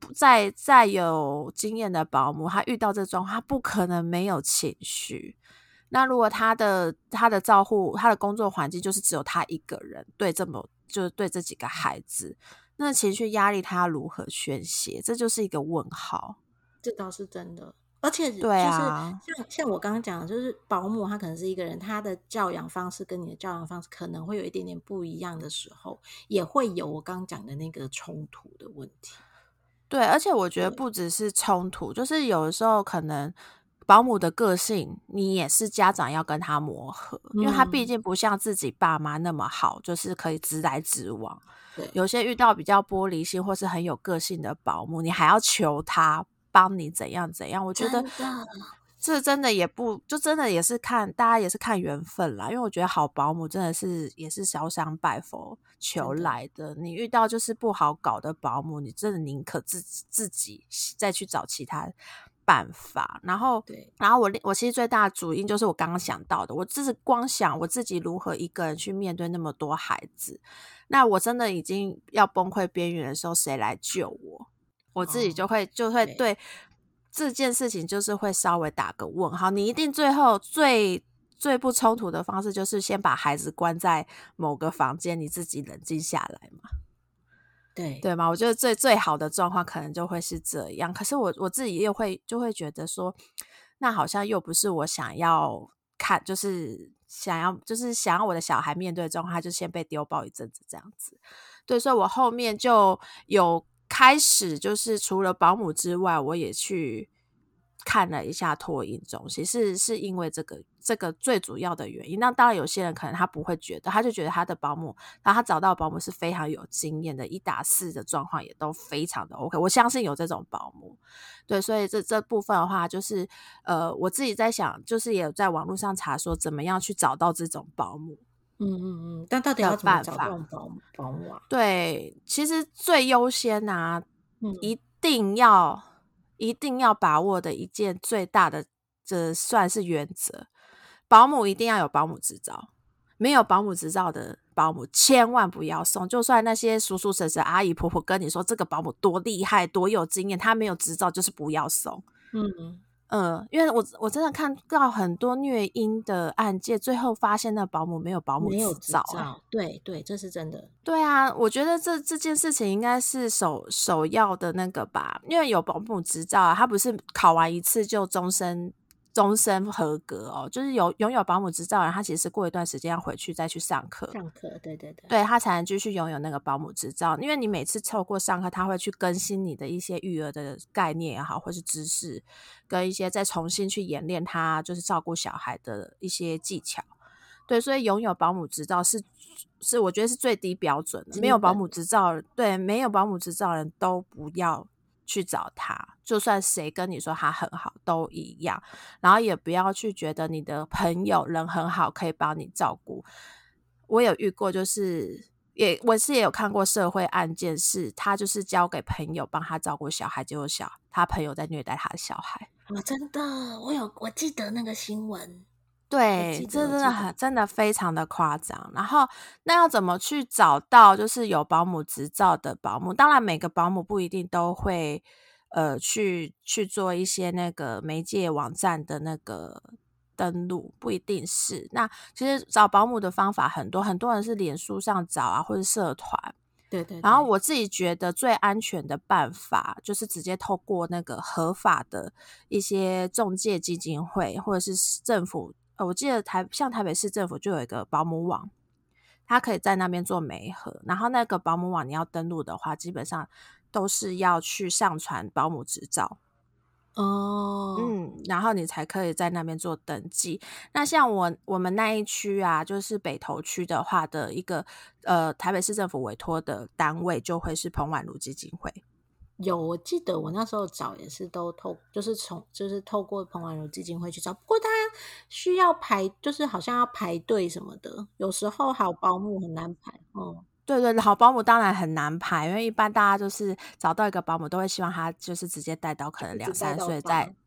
Speaker 1: 再再有经验的保姆，他遇到这种他不可能没有情绪。那如果他的他的照护他的工作环境就是只有他一个人对这么就是对这几个孩子，那情绪压力他要如何宣泄？这就是一个问号。
Speaker 2: 这倒是真的。而且就是
Speaker 1: 对
Speaker 2: 像
Speaker 1: 啊，
Speaker 2: 像我刚刚讲的，就是保姆他可能是一个人，他的教养方式跟你的教养方式可能会有一点点不一样的时候，也会有我刚刚讲的那个冲突的问题。
Speaker 1: 对，而且我觉得
Speaker 2: 对
Speaker 1: 不只是冲突，就是有的时候可能保姆的个性，你也是家长要跟他磨合，因为他毕
Speaker 2: 嗯，
Speaker 1: 竟不像自己爸妈那么好，就是可以直来直往。
Speaker 2: 对，
Speaker 1: 有些遇到比较玻璃心或是很有个性的保姆，你还要求他帮你怎样怎样，我觉得
Speaker 2: 真的，
Speaker 1: 这真的也不就真的也是看大家也是看缘分啦，因为我觉得好保姆真的是也是小商拜佛求
Speaker 2: 真的，
Speaker 1: 来的。你遇到就是不好搞的保姆，你真的宁可自己自己再去找其他办法。然后，
Speaker 2: 对，
Speaker 1: 然后我我其实最大的主因就是我刚刚想到的，我只是光想我自己如何一个人去面对那么多孩子，那我真的已经要崩溃边缘的时候，谁来救我？我自己就
Speaker 2: 哦，
Speaker 1: 会就会
Speaker 2: 对，
Speaker 1: 对这件事情就是会稍微打个问号。你一定最后最最不冲突的方式就是先把孩子关在某个房间，你自己冷静下来嘛，
Speaker 2: 对，
Speaker 1: 对吗？我觉得最最好的状况可能就会是这样。可是我我自己又会就会觉得说，那好像又不是我想要看，就是想要就是想要我的小孩面对的状况，他就先被丢包一阵子这样子。对，所以我后面就有开始，就是除了保姆之外，我也去看了一下托婴中心，是是因为这个这个最主要的原因。那当然，有些人可能他不会觉得，他就觉得他的保姆，然后他找到的保姆是非常有经验的，一打四的状况也都非常的 OK。我相信有这种保姆，对，所以这这部分的话，就是呃，我自己在想，就是也有在网络上查说，怎么样去找到这种保姆
Speaker 2: 嗯嗯嗯，但到底
Speaker 1: 的
Speaker 2: 要怎么
Speaker 1: 办法。
Speaker 2: 找这种保保姆啊？
Speaker 1: 对，其实最优先啊，
Speaker 2: 嗯，
Speaker 1: 一定要一定要把握的一件最大的，这算是原则，保姆一定要有保姆执照，没有保姆执照的保姆千万不要送。就算那些叔叔婶婶阿姨婆婆跟你说这个保姆多厉害多有经验，他没有执照就是不要送。
Speaker 2: 嗯，
Speaker 1: 嗯，因为我我真的看到很多虐婴的案件，最后发现那保姆没有保姆
Speaker 2: 没有
Speaker 1: 执照、欸，
Speaker 2: 执照，对对，这是真的。
Speaker 1: 对啊，我觉得这这件事情应该是首首要的那个吧，因为有保姆执照啊，他不是考完一次就终身终身合格哦，就是有拥有保姆执照的人，他其实过一段时间要回去再去上课，
Speaker 2: 上课，对对对，
Speaker 1: 对他才能继续拥有那个保姆执照。因为你每次透过上课，他会去更新你的一些育儿的概念也好，或是知识，跟一些再重新去演练他就是照顾小孩的一些技巧。对，所以拥有保姆执照是是我觉得是最低标准的。没有保姆
Speaker 2: 基本的，
Speaker 1: 执照，对，没有保姆执照的人都不要去找他，就算谁跟你说他很好都一样。然后也不要去觉得你的朋友人很好，可以帮你照顾。我有遇过，就是也我是也有看过社会案件，是他就是交给朋友帮他照顾小孩，结果小他朋友在虐待他的小孩。
Speaker 2: 哦，真的，我有我记得那个新闻，我
Speaker 1: 对，
Speaker 2: 记得
Speaker 1: 这真的
Speaker 2: 我记得，
Speaker 1: 很真的非常的夸张。然后那要怎么去找到就是有保姆执照的保姆？当然每个保姆不一定都会呃去去做一些那个媒介网站的那个登录，不一定是。那其实找保姆的方法很多，很多人是脸书上找啊，或者社团。
Speaker 2: 对对对，
Speaker 1: 然后我自己觉得最安全的办法，就是直接透过那个合法的一些仲介基金会，或者是政府。呃，我记得台像台北市政府就有一个保姆网，它可以在那边做媒合。然后那个保姆网你要登录的话，基本上都是要去上传保姆执照。
Speaker 2: 哦，
Speaker 1: 嗯，然后你才可以在那边做登记。那像我我们那一区啊，就是北投区的话的一个呃台北市政府委托的单位，就会是彭婉如基金会。
Speaker 2: 有，我记得我那时候找也是都透，就是从就是透过彭婉如基金会去找，不过他需要排，就是好像要排队什么的，有时候好保姆很难排，哦、
Speaker 1: 对对，好保姆当然很难排，因为一般大家就是找到一个保姆，都会希望他就是直接带到可能两
Speaker 2: 一直带
Speaker 1: 三岁再
Speaker 2: 到大，对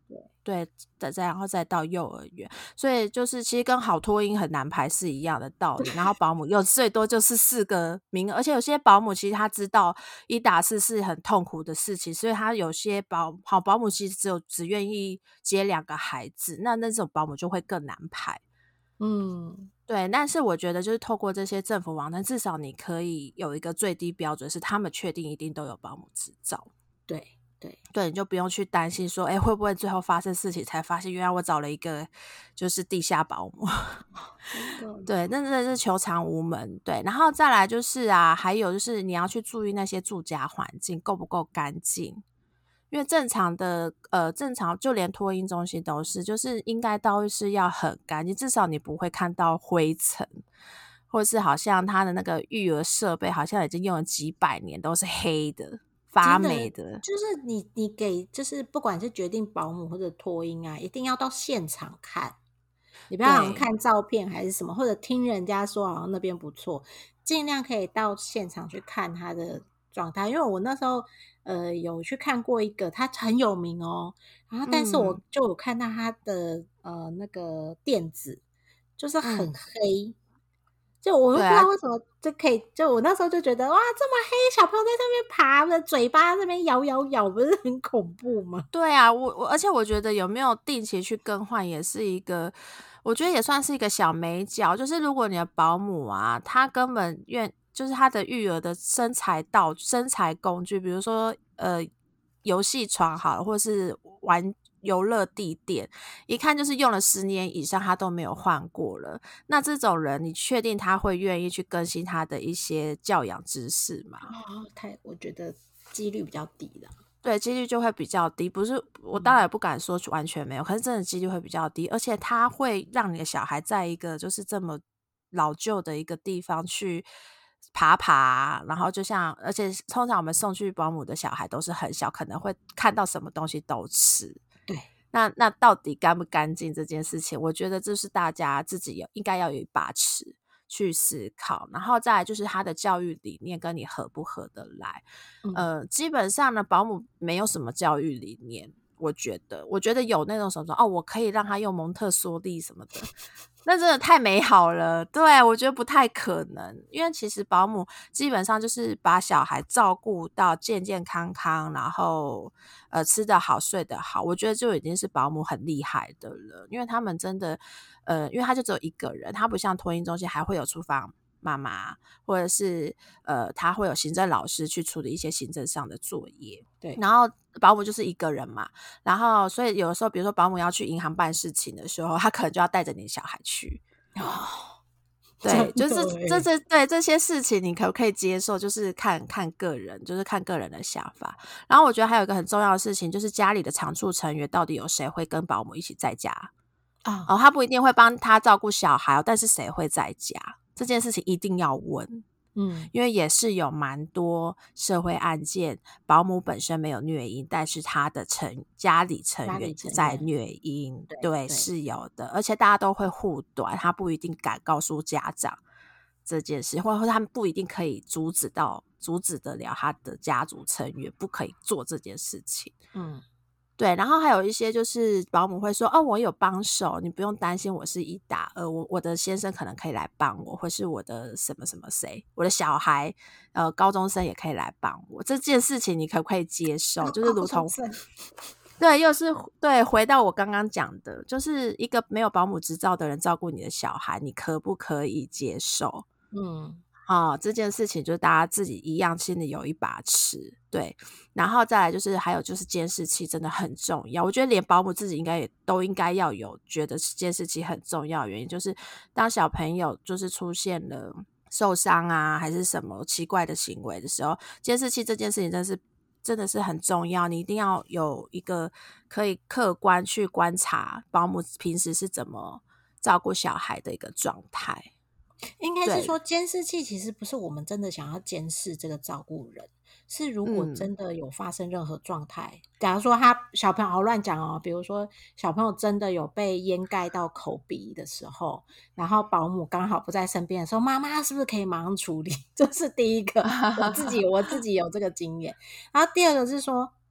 Speaker 1: 对，再然后再到幼儿园，所以就是其实跟好托婴很难排是一样的道理。然后保姆有最多就是四个名额，而且有些保姆其实他知道一打四是很痛苦的事情，所以他有些保好保姆其实只有只愿意接两个孩子，那那种保姆就会更难排。
Speaker 2: 嗯，
Speaker 1: 对，但是我觉得就是透过这些政府网站，至少你可以有一个最低标准，是他们确定一定都有保姆执照。
Speaker 2: 对对
Speaker 1: 对，你就不用去担心说，哎，会不会最后发生事情才发现，原来我找了一个就是地下保姆。对，那真的是求偿无门。对，然后再来就是啊，还有就是你要去注意那些住家环境够不够干净。因为正常的呃，正常就连托婴中心都是，就是应该都是要很干净，至少你不会看到灰尘，或是好像他的那个育儿设备好像已经用了几百年都是黑的发霉的。
Speaker 2: 就是你你给就是不管是决定保姆或者托婴啊，一定要到现场看，你不要好像看照片还是什么，或者听人家说好像那边不错，尽量可以到现场去看他的状态。因为我那时候呃有去看过一个，他很有名哦，然后但是我就有看到他的、嗯、呃那个垫子就是很黑。嗯，就我不知道为什么就可以，啊、就我那时候就觉得哇，这么黑，小朋友在上面爬，的嘴巴在那边咬咬咬，不是很恐怖吗？
Speaker 1: 对啊，我我而且我觉得有没有定期去更换也是一个，我觉得也算是一个小美角。就是如果你的保姆啊，他根本愿就是他的育儿的生财道生财工具，比如说呃游戏床好了，或者是玩游乐地垫，一看就是用了十年以上，他都没有换过了。那这种人，你确定他会愿意去更新他的一些教养知识吗？
Speaker 2: 哦，太，我觉得几率比较低的。
Speaker 1: 对，几率就会比较低。不是，我当然也不敢说完全没有，可是真的几率会比较低，而且他会让你的小孩在一个就是这么老旧的一个地方去爬爬，然后就像，而且通常我们送去保姆的小孩都是很小，可能会看到什么东西都吃。
Speaker 2: 对，
Speaker 1: 那那到底干不干净这件事情，我觉得这是大家自己有应该要有一把尺去思考。然后再来就是他的教育理念跟你合不合得来。嗯、呃，基本上呢，保姆没有什么教育理念。我觉得，我觉得有那种什么哦，我可以让他用蒙特梭利什么的，那真的太美好了。对，我觉得不太可能，因为其实保姆基本上就是把小孩照顾到健健康康，然后呃吃得好睡得好，我觉得就已经是保姆很厉害的了。因为他们真的呃，因为他就只有一个人，他不像托婴中心还会有厨房妈妈，或者是呃，他会有行政老师去处理一些行政上的作业。
Speaker 2: 对，
Speaker 1: 然后保姆就是一个人嘛，然后所以有的时候，比如说保姆要去银行办事情的时候，他可能就要带着你的小孩去。
Speaker 2: 哦，
Speaker 1: 对，就是这这对这些事情，你可不可以接受？就是看看个人，就是看个人的想法。然后我觉得还有一个很重要的事情，就是家里的常住成员到底有谁会跟保姆一起在家啊？哦，他不一定会帮他照顾小孩，但是谁会在家？这件事情一定要问。嗯，因为也是有蛮多社会案件，保姆本身没有虐婴，但是他的成家里成员在虐婴，对，对，是有的，而且大家都会护短，他不一定敢告诉家长这件事，或者他们不一定可以阻止到阻止得了他的家族成员不可以做这件事情。嗯。对，然后还有一些就是保姆会说哦，我有帮手，你不用担心我是一打二，我我的先生可能可以来帮我，或是我的什么什么谁，我的小孩呃高中生也可以来帮我，这件事情你可不可以接受？就是如同对，又是对回到我刚刚讲的，就是一个没有保姆执照的人照顾你的小孩，你可不可以接受？嗯。哦，这件事情就是大家自己一样心里有一把尺。对，然后再来就是还有就是监视器真的很重要，我觉得连保姆自己应该也都应该要有觉得监视器很重要的原因，就是当小朋友就是出现了受伤啊还是什么奇怪的行为的时候，监视器这件事情真的是真的是很重要，你一定要有一个可以客观去观察保姆平时是怎么照顾小孩的一个状态。
Speaker 2: 应该是说监视器其实不是我们真的想要监视这个照顾人，是如果真的有发生任何状态、嗯、假如说他小朋友好乱讲哦，比如说小朋友真的有被淹盖到口鼻的时候，然后保姆刚好不在身边的时候，妈妈是不是可以马上处理？这是第一个，我自己我自己有这个经验。然后第二个是说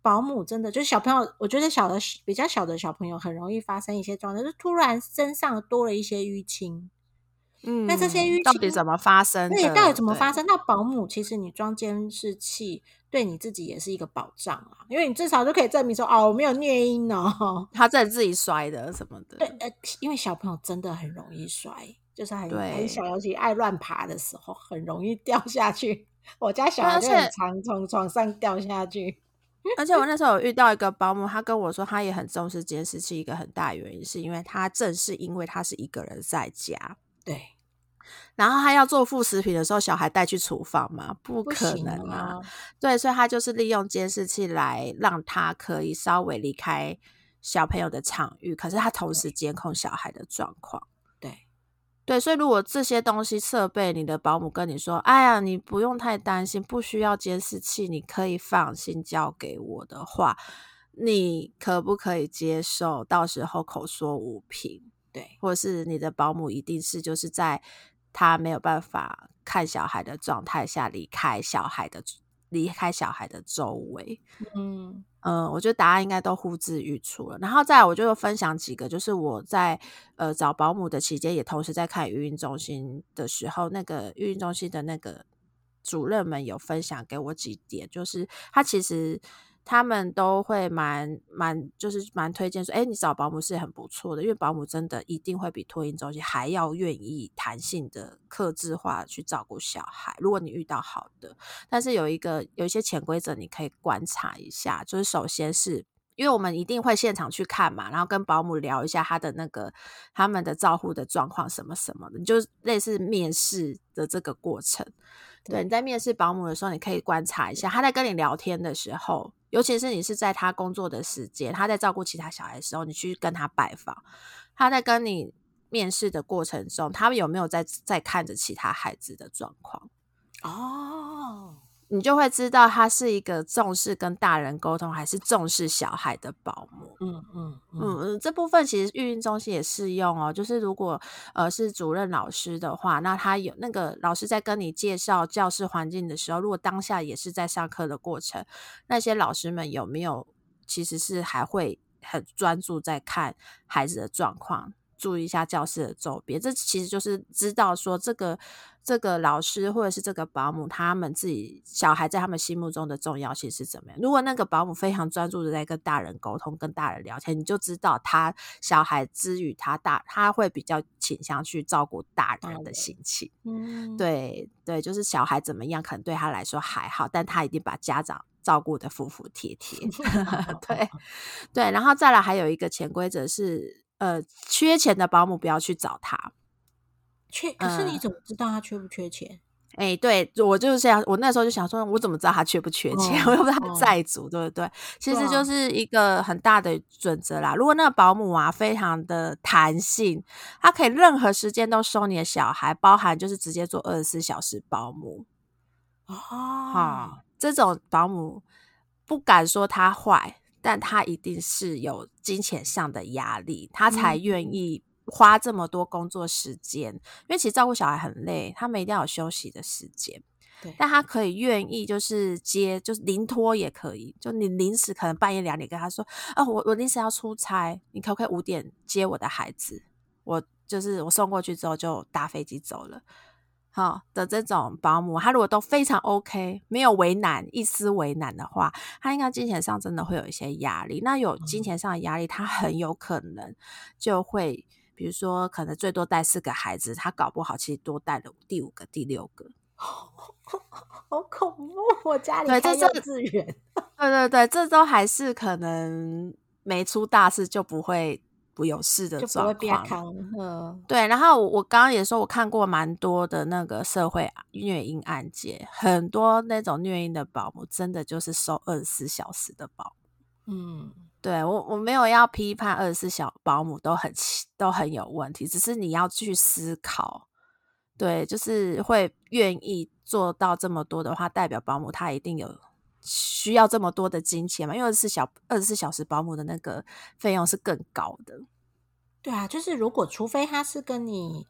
Speaker 2: 保姆真的就是小朋友，我觉得小的比较小的小朋友很容易发生一些状态，就是突然身上多了一些淤青。
Speaker 1: 嗯，
Speaker 2: 那这些淤青
Speaker 1: 到底怎么发生的？
Speaker 2: 对，到底怎么
Speaker 1: 对
Speaker 2: 发生？那保姆其实你装监视器，对你自己也是一个保障啊，因为你至少就可以证明说，哦，我没有虐婴哦。
Speaker 1: 他真的自己摔的什么的。
Speaker 2: 对，呃，因为小朋友真的很容易摔，就是很很小，
Speaker 1: 对
Speaker 2: 尤其爱乱爬的时候，很容易掉下去。我家小
Speaker 1: 对，
Speaker 2: 孩就很
Speaker 1: 而且
Speaker 2: 常从床上掉下去。
Speaker 1: 而且我那时候有遇到一个保姆，他跟我说他也很重视监视器，一个很大的原因是因为他正是因为他是一个人在家，
Speaker 2: 对，
Speaker 1: 然后他要做副食品的时候，小孩带去厨房吗？不
Speaker 2: 不
Speaker 1: 可
Speaker 2: 行
Speaker 1: 能啊！
Speaker 2: 啊。
Speaker 1: 对，所以他就是利用监视器来让他可以稍微离开小朋友的场域，可是他同时监控小孩的状况。
Speaker 2: 对，
Speaker 1: 对，所以如果这些东西设备，你的保姆跟你说：“哎呀，你不用太担心，不需要监视器，你可以放心交给我的话，你可不可以接受？到时候口说无凭，
Speaker 2: 对，
Speaker 1: 或是你的保姆一定是就是在他没有办法看小孩的状态下离开小孩的离开小孩的周围。”
Speaker 2: 嗯，
Speaker 1: 嗯，我觉得答案应该都呼之欲出了。然后再来，我就分享几个，就是我在呃找保姆的期间，也同时在看育婴中心的时候，那个育婴中心的那个主任们有分享给我几点，就是他其实他们都会蛮蛮就是蛮推荐说，哎，你找保姆是很不错的，因为保姆真的一定会比托婴中心还要愿意弹性的、客制化去照顾小孩。如果你遇到好的。但是有一个有一些潜规则你可以观察一下，就是首先是因为我们一定会现场去看嘛，然后跟保姆聊一下他的那个他们的照护的状况什么什么的，你就类似面试的这个过程。对，你在面试保姆的时候，你可以观察一下他在跟你聊天的时候，尤其是你是在他工作的时间，他在照顾其他小孩的时候，你去跟他拜访，他在跟你面试的过程中，他有没有在在看着其他孩子的状况？
Speaker 2: 哦，
Speaker 1: 你就会知道他是一个重视跟大人沟通还是重视小孩的保姆。
Speaker 2: 嗯嗯
Speaker 1: 嗯
Speaker 2: 嗯，
Speaker 1: 嗯，这部分其实育婴中心也适用哦。就是如果呃是主任老师的话，那他有那个老师在跟你介绍教室环境的时候，如果当下也是在上课的过程，那些老师们有没有其实是还会很专注在看孩子的状况，注意一下教室的周边，这其实就是知道说这个这个老师或者是这个保姆他们自己小孩在他们心目中的重要性是怎么样。如果那个保姆非常专注的在跟大人沟通跟大人聊天，你就知道他小孩之于他大他会比较倾向去照顾大人的心情。
Speaker 2: 嗯，
Speaker 1: 对对，就是小孩怎么样可能对他来说还好，但他一定把家长照顾得服服帖帖。对对，然后再来还有一个潜规则是呃，缺钱的保姆不要去找他。
Speaker 2: 缺，可是你怎么知道他缺不缺钱？
Speaker 1: 哎、对，我就是想，我那时候就想说，我怎么知道他缺不缺钱？
Speaker 2: 哦
Speaker 1: 我又不是他的
Speaker 2: 哦，
Speaker 1: 债主，对不对？其
Speaker 2: 对啊，
Speaker 1: 实就是一个很大的准则啦。如果那个保姆啊非常的弹性，他可以任何时间都收你的小孩，包含就是直接做二十四小时保姆。
Speaker 2: 哦，
Speaker 1: 哈，这种保姆不敢说他坏，但他一定是有金钱上的压力，他才愿
Speaker 2: 嗯，
Speaker 1: 意花这么多工作时间。因为其实照顾小孩很累，他们一定要有休息的时间。
Speaker 2: 对，
Speaker 1: 但他可以愿意就是接，就是临托也可以，就你临时可能半夜两点跟他说，啊，我我临时要出差，你可不可以五点接我的孩子？我就是我送过去之后就搭飞机走了。好的这种保姆，他如果都非常 OK， 没有为难，一丝为难的话，他应该金钱上真的会有一些压力。那有金钱上的压力，他很有可能就会，比如说可能最多带四个孩子，他搞不好其实多带了第五个、第六个。
Speaker 2: 好恐怖！我家里
Speaker 1: 对，
Speaker 2: 开幼
Speaker 1: 这这
Speaker 2: 稚园。
Speaker 1: 对对对，这都还是可能没出大事就不会不有事的
Speaker 2: 就不会
Speaker 1: 状况。
Speaker 2: 变康，嗯，
Speaker 1: 对，然后我我刚刚也说，我看过蛮多的那个社会虐婴案件，很多那种虐婴的保姆真的就是收二十四小时的保姆。
Speaker 2: 嗯，
Speaker 1: 对，我我没有要批判二十四小保姆都很都很有问题，只是你要去思考。对，就是会愿意做到这么多的话，代表保姆他一定有需要这么多的金钱嘛？因为二十四小二十四小时保姆的那个费用是更高的。
Speaker 2: 对啊，就是如果除非他是跟你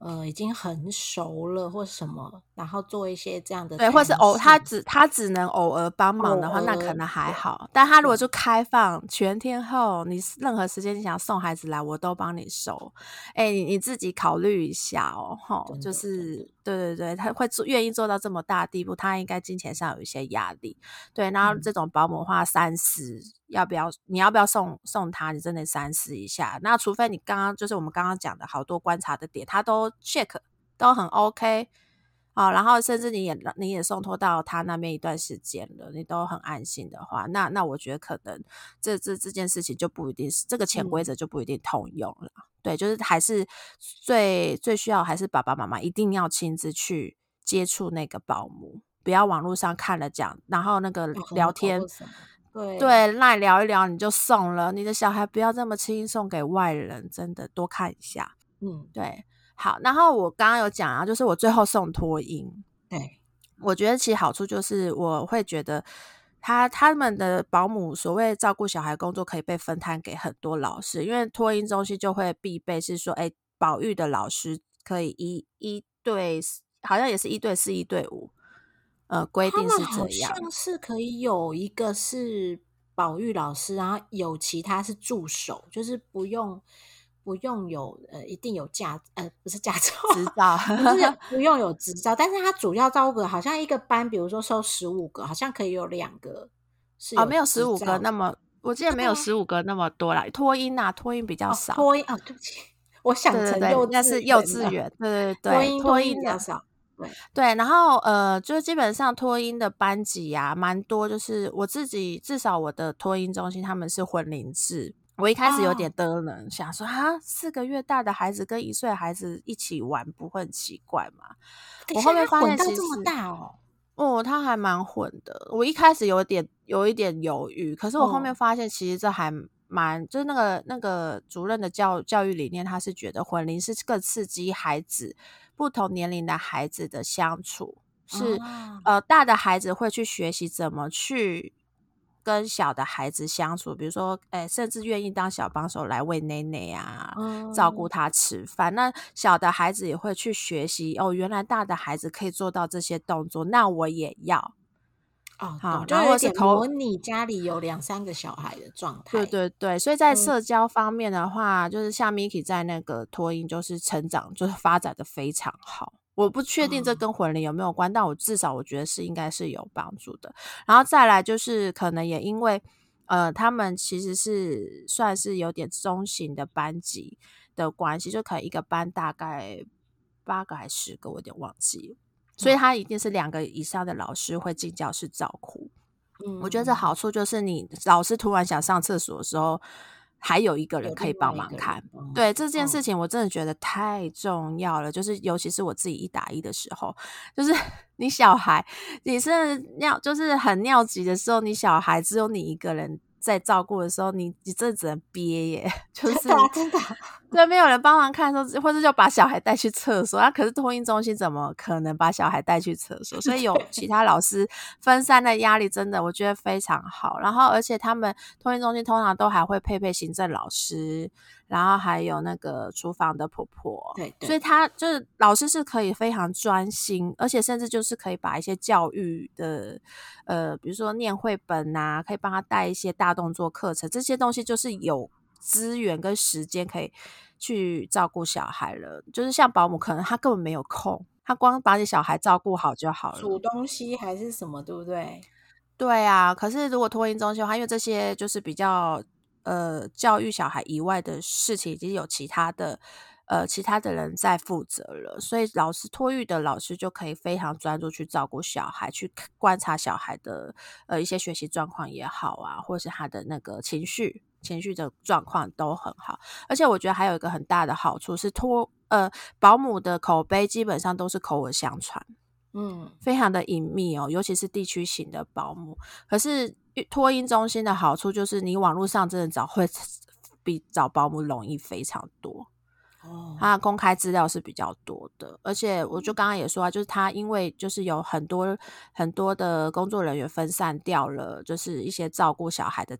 Speaker 2: 呃已经很熟了或什么，然后做一些这样的
Speaker 1: 对，或是
Speaker 2: 尝
Speaker 1: 偶他
Speaker 2: 试，
Speaker 1: 只他只能偶尔帮忙的话，那
Speaker 2: 偶尔
Speaker 1: 可能还
Speaker 2: 对
Speaker 1: 好。但他如果
Speaker 2: 对，
Speaker 1: 就开放全天候，你任何时间你想送孩子来，我都帮你收。哎、你你自己考虑一下哦，吼，就
Speaker 2: 真的真的，
Speaker 1: 是对对对，他会做愿意做到这么大的地步，他应该金钱上有一些压力。对，然后
Speaker 2: 嗯，
Speaker 1: 这种保姆的话，三思，要不要？你要不要送送他？你真的三思一下。那除非你刚刚就是我们刚刚讲的好多观察的点，他都 check 都很 OK。好，然后甚至你也你也送托到他那边一段时间了，你都很安心的话，那那我觉得可能这这这件事情就不一定是这个潜规
Speaker 2: 嗯，
Speaker 1: 则就不一定通用了。对，就是还是最最需要还是爸爸妈妈一定要亲自去接触那个保姆，不要网络上看了讲，然后那个
Speaker 2: 啊很好
Speaker 1: 聊天，
Speaker 2: 或什么，对，
Speaker 1: 对，赖聊一聊你就送了，你的小孩不要这么轻易送给外人，真的多看一下。
Speaker 2: 嗯，
Speaker 1: 对，好，然后我刚刚有讲啊，就是我最后送托婴，
Speaker 2: 对，
Speaker 1: 我觉得其实好处就是我会觉得他他们的保姆所谓照顾小孩工作可以被分摊给很多老师，因为托婴中心就会必备是说，哎，保育的老师可以一一对，好像也是一对四、一对五，呃，规定是
Speaker 2: 他们好
Speaker 1: 这样。
Speaker 2: 像是可以有一个是保育老师，然后有其他是助手，就是不用不用有呃一定有驾呃不是驾照，
Speaker 1: 执照。
Speaker 2: 不是不用有执照，但是他主要照顾的好像一个班，比如说收十五个，好像可以有两个是
Speaker 1: 哦，
Speaker 2: 有
Speaker 1: 没有十五个
Speaker 2: 执照的。
Speaker 1: 那么，我记得没有
Speaker 2: 对啊，
Speaker 1: 十五个那么多啦，托婴啊，托婴比较
Speaker 2: 哦，
Speaker 1: 少。
Speaker 2: 托婴哦，对不起，我想成
Speaker 1: 对对对，
Speaker 2: 幼稚
Speaker 1: 那是幼
Speaker 2: 园了，
Speaker 1: 稚园，对对
Speaker 2: 托
Speaker 1: 对，
Speaker 2: 婴托婴比
Speaker 1: 托婴的。
Speaker 2: 较少，对，
Speaker 1: 对，然后呃，就是基本上托婴的班级啊，蛮多。就是我自己，至少我的托婴中心他们是混龄制。我一开始有点
Speaker 2: 哦，
Speaker 1: 的冷，想说啊，四个月大的孩子跟一岁的孩子一起玩，不会很奇怪吗？
Speaker 2: 等一下，
Speaker 1: 我后面发
Speaker 2: 他混到这么
Speaker 1: 现其实，
Speaker 2: 大哦，
Speaker 1: 哦，他还蛮混的。我一开始有点有一点犹豫，可是我后面
Speaker 2: 哦，
Speaker 1: 发现其实这还蛮，就是那个那个主任的教教育理念，他是觉得混龄是更刺激孩子不同年龄的孩子的相处，是
Speaker 2: 啊，
Speaker 1: 呃大的孩子会去学习怎么去跟小的孩子相处，比如说，诶，甚至愿意当小帮手来喂奶奶啊，照顾
Speaker 2: 嗯，
Speaker 1: 他吃饭。那小的孩子也会去学习，哦，原来大的孩子可以做到这些动作，那我也要。
Speaker 2: 哦，
Speaker 1: 好，
Speaker 2: 懂，就
Speaker 1: 然后或是
Speaker 2: 有一点模
Speaker 1: 口
Speaker 2: 拟家里有两三个小孩的状
Speaker 1: 对
Speaker 2: 态，
Speaker 1: 对对，所以在
Speaker 2: 嗯，
Speaker 1: 社交方面的话，就是像 Miki 在那个托婴就是成长，就是发展的非常好。我不确定这
Speaker 2: 啊，
Speaker 1: 跟婚礼有没有关，但我至少我觉得是应该是有帮助的。然后再来就是可能也因为呃，他们其实是算是有点中型的班级的关系，就可能一个班大概八个还是十个，我有点忘记了。所以
Speaker 2: 哦，
Speaker 1: 他一定是两个以上的老师会进教室照顾。我觉得这
Speaker 2: 嗯，
Speaker 1: 好处就是你老师突然想上厕所的时候，还有一个人
Speaker 2: 有
Speaker 1: 可以
Speaker 2: 另外一个人，
Speaker 1: 帮忙看。
Speaker 2: 哦，
Speaker 1: 对，这件
Speaker 2: 哦，
Speaker 1: 事情我真的觉得太重要了，就是尤其是我自己一打一的时候，就是你小孩你是尿就是很尿急的时候，你小孩只有你一个人在照顾的时候，你你真的只能憋耶，就是
Speaker 2: 真的啊，真的啊，
Speaker 1: 对，没有人帮忙看的时候，或者就把小孩带去厕所。那、可是托婴中心怎么可能把小孩带去厕所？所以有其他老师分散的压力，真的我觉得非常好。然后，而且他们托婴中心通常都还会配备行政老师，然后还有那个厨房的婆婆，
Speaker 2: 对对，
Speaker 1: 所以他就是老师是可以非常专心，而且甚至就是可以把一些教育的，呃，比如说念绘本啊，可以帮他带一些大动作课程，这些东西就是有资源跟时间可以去照顾小孩了。就是像保姆，可能他根本没有空，他光把你小孩照顾好就好了。
Speaker 2: 煮东西还是什么，对不对？
Speaker 1: 对啊，可是如果托婴中心的话，因为这些就是比较呃教育小孩以外的事情，已经有其他的呃其他的人在负责了，所以老师托育的老师就可以非常专注去照顾小孩，去观察小孩的呃一些学习状况也好啊，或是他的那个情绪情绪的状况都很好。而且我觉得还有一个很大的好处是托呃保姆的口碑基本上都是口耳相传。
Speaker 2: 嗯，
Speaker 1: 非常的隐秘哦，尤其是地区型的保姆。可是托婴中心的好处就是你网络上真的找会比找保姆容易非常多。
Speaker 2: 哦，
Speaker 1: 它公开资料是比较多的，而且我就刚刚也说啊，就是它因为就是有很多很多的工作人员分散掉了，就是一些照顾小孩的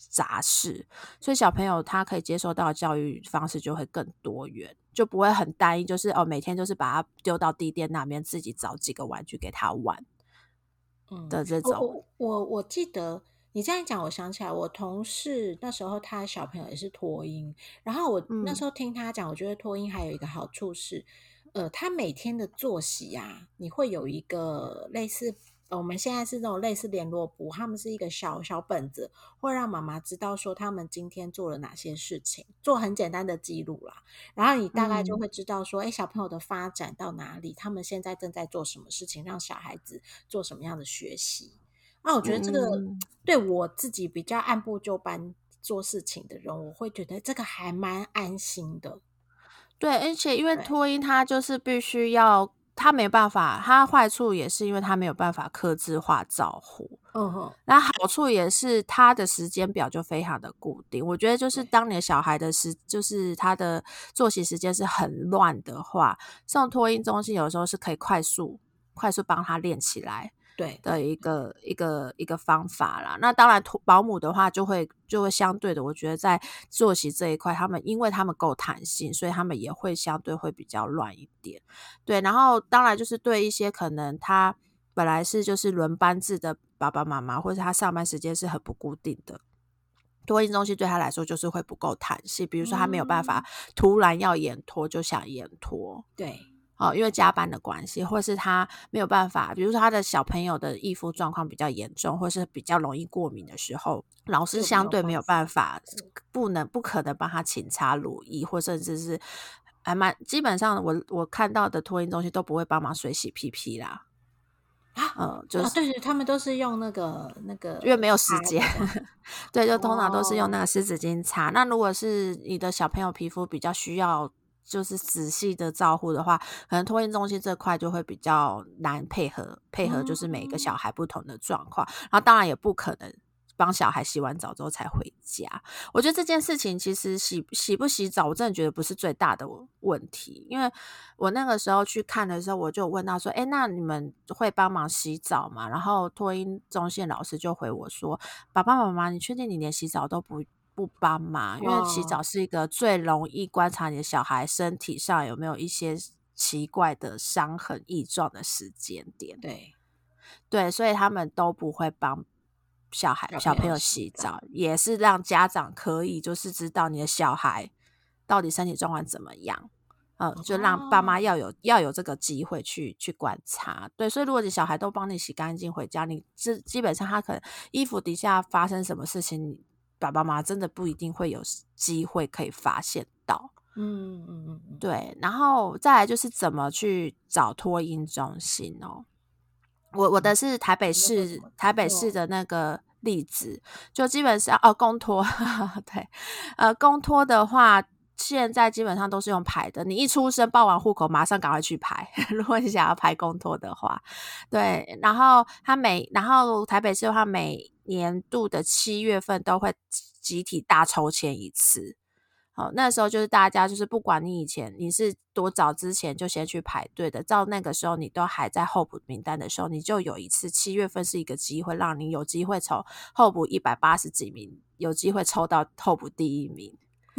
Speaker 1: 杂事，所以小朋友他可以接受到的教育方式就会更多元，就不会很单一，就是哦每天就是把他丢到地垫那边自己找几个玩具给他玩的这种。
Speaker 2: 嗯、我我我记得你这样讲，我想起来，我同事那时候他的小朋友也是托婴，然后我那时候听他讲，我觉得托婴还有一个好处是，呃，他每天的作息啊，你会有一个类似。我们现在是那种类似联络簿，他们是一个小小本子，会让妈妈知道说他们今天做了哪些事情，做很简单的记录啦。然后你大概就会知道说，哎、嗯，小朋友的发展到哪里，他们现在正在做什么事情，让小孩子做什么样的学习。啊，我觉得这个、嗯、对我自己比较按部就班做事情的人，我会觉得这个还蛮安心的。
Speaker 1: 对，而且因为托婴它就是必须要。他没办法，他坏处也是因为他没有办法客制化照护，
Speaker 2: 嗯哼，
Speaker 1: 那好处也是他的时间表就非常的固定。我觉得就是当你的小孩的时，就是他的作息时间是很乱的话，上托婴中心有时候是可以快速快速帮他练起来。
Speaker 2: 对
Speaker 1: 的一个一个一个方法啦。那当然保姆的话就会就会相对的，我觉得在作息这一块，他们因为他们够弹性，所以他们也会相对会比较乱一点。对，然后当然就是对一些可能他本来是就是轮班制的爸爸妈妈，或者他上班时间是很不固定的，托婴中心对他来说就是会不够弹性，比如说他没有办法突然要延托就想延托。
Speaker 2: 对。
Speaker 1: 哦，因为加班的关系，或是他没有办法，比如说他的小朋友的易肤状况比较严重，或是比较容易过敏的时候，老师相对没有办法，不能不可能帮他请擦乳液，或甚至是还蛮基本上我我看到的托婴中心都不会帮忙水洗屁屁啦。
Speaker 2: 啊，呃，就是、哦、对对，他们都是用那个那个，
Speaker 1: 因为没有时间，对，就通常都是用那个湿纸巾擦。哦、那如果是你的小朋友皮肤比较需要。就是仔细的照护的话，可能托婴中心这块就会比较难配合配合就是每个小孩不同的状况、嗯、然后当然也不可能帮小孩洗完澡之后才回家。我觉得这件事情其实洗洗不洗澡我真的觉得不是最大的问题，因为我那个时候去看的时候我就问到说诶那你们会帮忙洗澡吗？然后托婴中心老师就回我说爸爸妈妈你确定你连洗澡都不不帮忙？因为洗澡是一个最容易观察你的小孩身体上有没有一些奇怪的伤痕异状的时间点。
Speaker 2: 对
Speaker 1: 对，所以他们都不会帮小孩小朋友洗澡，也是让家长可以就是知道你的小孩到底身体状况怎么样。嗯，就让爸妈要有、哦、要有这个机会去去观察。对，所以如果你小孩都帮你洗干净回家，你这基本上他可能衣服底下发生什么事情你爸爸妈妈真的不一定会有机会可以发现到。
Speaker 2: 嗯嗯嗯，
Speaker 1: 对，然后再来就是怎么去找托婴中心哦。我我的是台北市、嗯、台北市的那个例子，就基本上哦公托，对，呃公托的话，现在基本上都是用排的，你一出生报完户口，马上赶快去排。如果你想要排公托的话，对，然后他每然后台北市的话，每年度的七月份都会集体大抽签一次。好，那时候就是大家就是不管你以前你是多早之前就先去排队的，到那个时候你都还在候补名单的时候，你就有一次七月份是一个机会，让你有机会从候补一百八十几名有机会抽到候补第一名。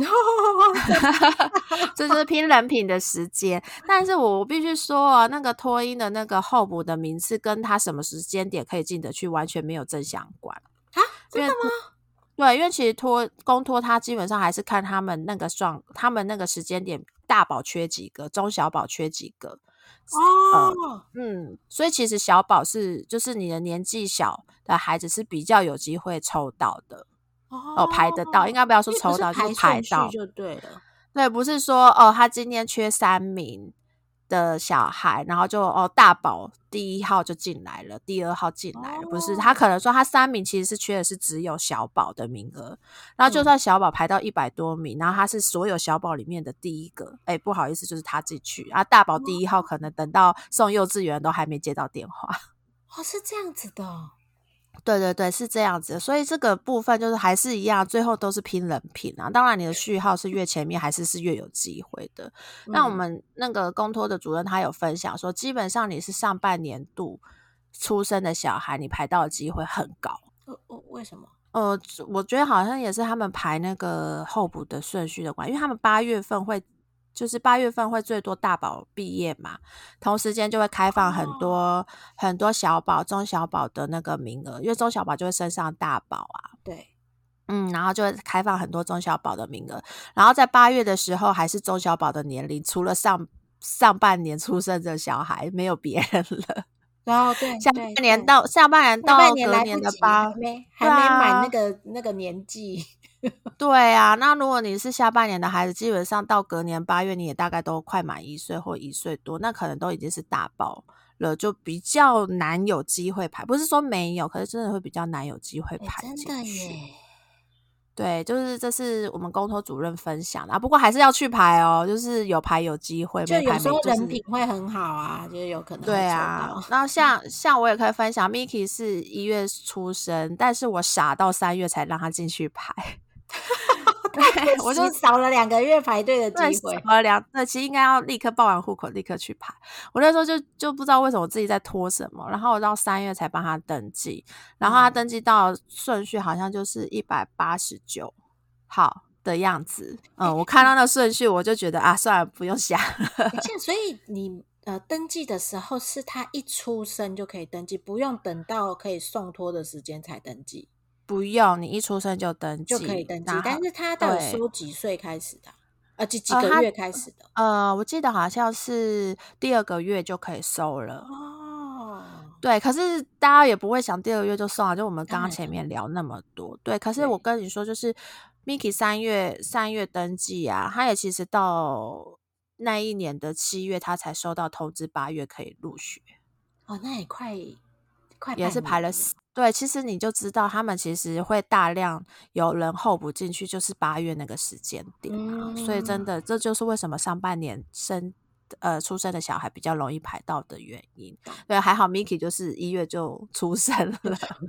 Speaker 1: 这就是拼人品的时间。但是我必须说啊，那个托婴的那个候补的名次跟他什么时间点可以进得去完全没有正相关
Speaker 2: 啊？真的吗？
Speaker 1: 对，因为其实托公托他基本上还是看他们那个状，他们那个时间点大宝缺几个，中小宝缺几个
Speaker 2: 哦、
Speaker 1: 呃，嗯，所以其实小宝是就是你的年纪小的孩子是比较有机会抽到的。哦, 哦，排得到，应该不要说抽到，就是排到
Speaker 2: 就对了。
Speaker 1: 对，不是说哦，他今天缺三名的小孩，然后就哦大宝第一号就进来了，第二号进来了，哦、不是，他可能说他三名其实是缺的是只有小宝的名额，然后就算小宝排到一百多名，嗯、然后他是所有小宝里面的第一个，哎，不好意思，就是他进去啊，大宝第一号可能等到送幼稚园都还没接到电话。
Speaker 2: 哦，是这样子的。
Speaker 1: 对对对，是这样子的，所以这个部分就是还是一样，最后都是拼人品啊。当然你的序号是越前面还是是越有机会的。嗯、那我们那个公托的主任他有分享说，基本上你是上半年度出生的小孩，你排到的机会很高。
Speaker 2: 哦哦，为什么？
Speaker 1: 呃，我觉得好像也是他们排那个候补的顺序的关系，因为他们八月份会，就是八月份会最多大宝毕业嘛，同时间就会开放很多、哦、很多小宝、中小宝的那个名额，因为中小宝就会升上大宝啊。
Speaker 2: 对。
Speaker 1: 嗯，然后就会开放很多中小宝的名额，然后在八月的时候还是中小宝的年龄，除了上上半年出生的小孩，没有别人了。
Speaker 2: 哦，对，
Speaker 1: 下半年到下半年到隔年的八，
Speaker 2: 还没还没满那个、啊、那个年纪。
Speaker 1: 对啊，那如果你是下半年的孩子，基本上到隔年八月，你也大概都快满一岁或一岁多，那可能都已经是大宝了，就比较难有机会排。不是说没有，可是真的会比较难有机会排进去。
Speaker 2: 欸、真的耶。
Speaker 1: 对，就是这是我们公托主任分享的、啊，不过还是要去排哦，就是有排有机会，
Speaker 2: 就有时候
Speaker 1: 人
Speaker 2: 品会很好啊，就是有可能会
Speaker 1: 对啊。然后像像我也可以分享 ，Miki 是一月出生，但是我傻到三月才让他进去排。
Speaker 2: 对，我就少了两个月排队的机会，
Speaker 1: 少了两，对，其实应该要立刻报完户口，立刻去排。我那时候就就不知道为什么我自己在拖什么，然后我到三月才帮他登记，然后他登记到顺序好像就是一百八十九号的样子。嗯，我看到那顺序我就觉得啊，算了，不用想了。
Speaker 2: 所以你呃登记的时候是他一出生就可以登记，不用等到可以送托的时间才登记。
Speaker 1: 不用，你一出生就登记
Speaker 2: 就可以登记，但是他到底收几岁开始的？呃，几几个月开始的？
Speaker 1: 呃，我记得好像是第二个月就可以收了。
Speaker 2: 哦，
Speaker 1: 对，可是大家也不会想第二个月就送啊，就我们刚刚前面聊那么多。对，可是我跟你说，就是 Miki 三月三月登记啊，他也其实到那一年的七月，他才收到通知，八月可以入学。
Speaker 2: 哦，那也快快
Speaker 1: 也是排了。对，其实你就知道他们其实会大量有人候补进去，就是八月那个时间点嘛、嗯、所以真的这就是为什么上半年生呃出生的小孩比较容易排到的原因。对，还好 Miki 就是一月就出生了。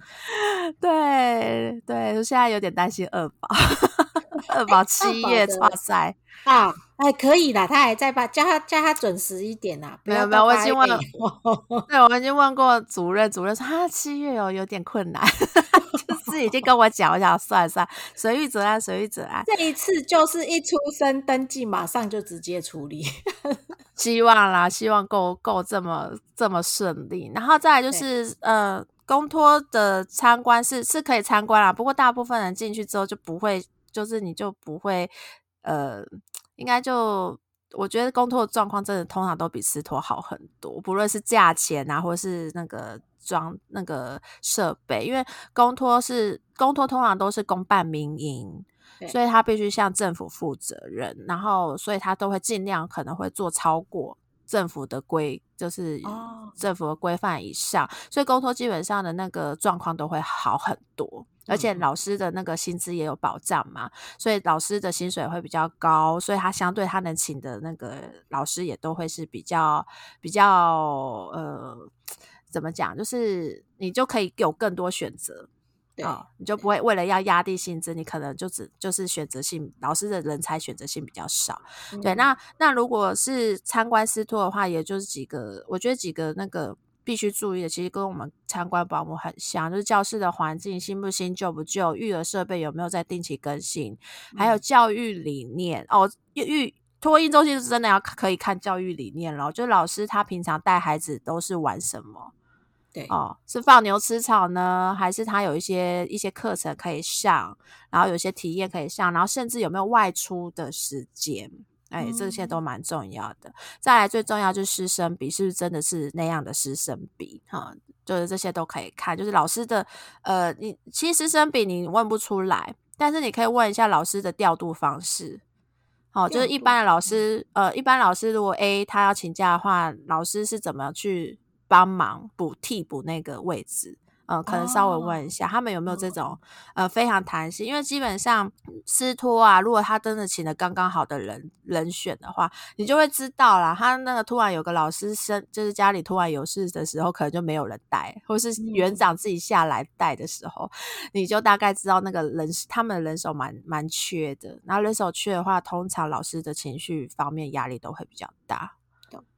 Speaker 1: 对对，现在有点担心二宝。二宝七月，哇塞
Speaker 2: 啊，哎，可以啦，他还在吧，叫他叫他准时一点啦。
Speaker 1: 没有没有，我已经问，对，我已经问过主任，主任说他七月哦有点困难，就是已经跟我讲，我想算了算了，随遇则安，随遇则安。
Speaker 2: 这一次就是一出生登记，马上就直接处理。
Speaker 1: 希望啦，希望够够这么这么顺利。然后再来就是呃，公托的参观是是可以参观啦，不过大部分人进去之后就不会。就是你就不会，呃，应该就我觉得公托的状况真的通常都比私托好很多，不论是价钱啊，或是那个装那个设备，因为公托是公托通常都是公办民营，所以他必须向政府负责任，然后所以他都会尽量可能会做超过政府的规，就是政府的规范以上， oh. 所以公托基本上的那个状况都会好很多。而且老师的那个薪资也有保障嘛，所以老师的薪水会比较高，所以他相对他能请的那个老师也都会是比较比较呃怎么讲，就是你就可以有更多选择。对、哦，你就不会为了要压低薪资，你可能就只就是选择性老师的人才选择性比较少。嗯、对，那那如果是参观私托的话，也就是几个，我觉得几个那个。必须注意的，其实跟我们参观保姆很像，就是教室的环境新不新、旧不旧，育儿设备有没有在定期更新，还有教育理念、嗯、哦。育托婴中心是真的要可以看教育理念咯，就是老师他平常带孩子都是玩什么？
Speaker 2: 对
Speaker 1: 哦，是放牛吃草呢，还是他有一些一些课程可以上，然后有些体验可以上，然后甚至有没有外出的时间？哎，这些都蛮重要的。再来最重要就是师生比，是不是真的是那样的师生比？哈、嗯，就是这些都可以看。就是老师的，呃，你其实师生比你问不出来，但是你可以问一下老师的调度方式。好、哦，就是一般的老师，呃，一般老师如果 A 他要请假的话，老师是怎么去帮忙补替补那个位置？呃，可能稍微问一下、oh. 他们有没有这种呃非常弹性，因为基本上私托啊，如果他真的请了刚刚好的人人选的话，你就会知道啦，他那个突然有个老师生，就是家里突然有事的时候，可能就没有人带，或是园长自己下来带的时候，嗯、你就大概知道那个人他们的人手蛮蛮缺的，然后人手缺的话，通常老师的情绪方面压力都会比较大。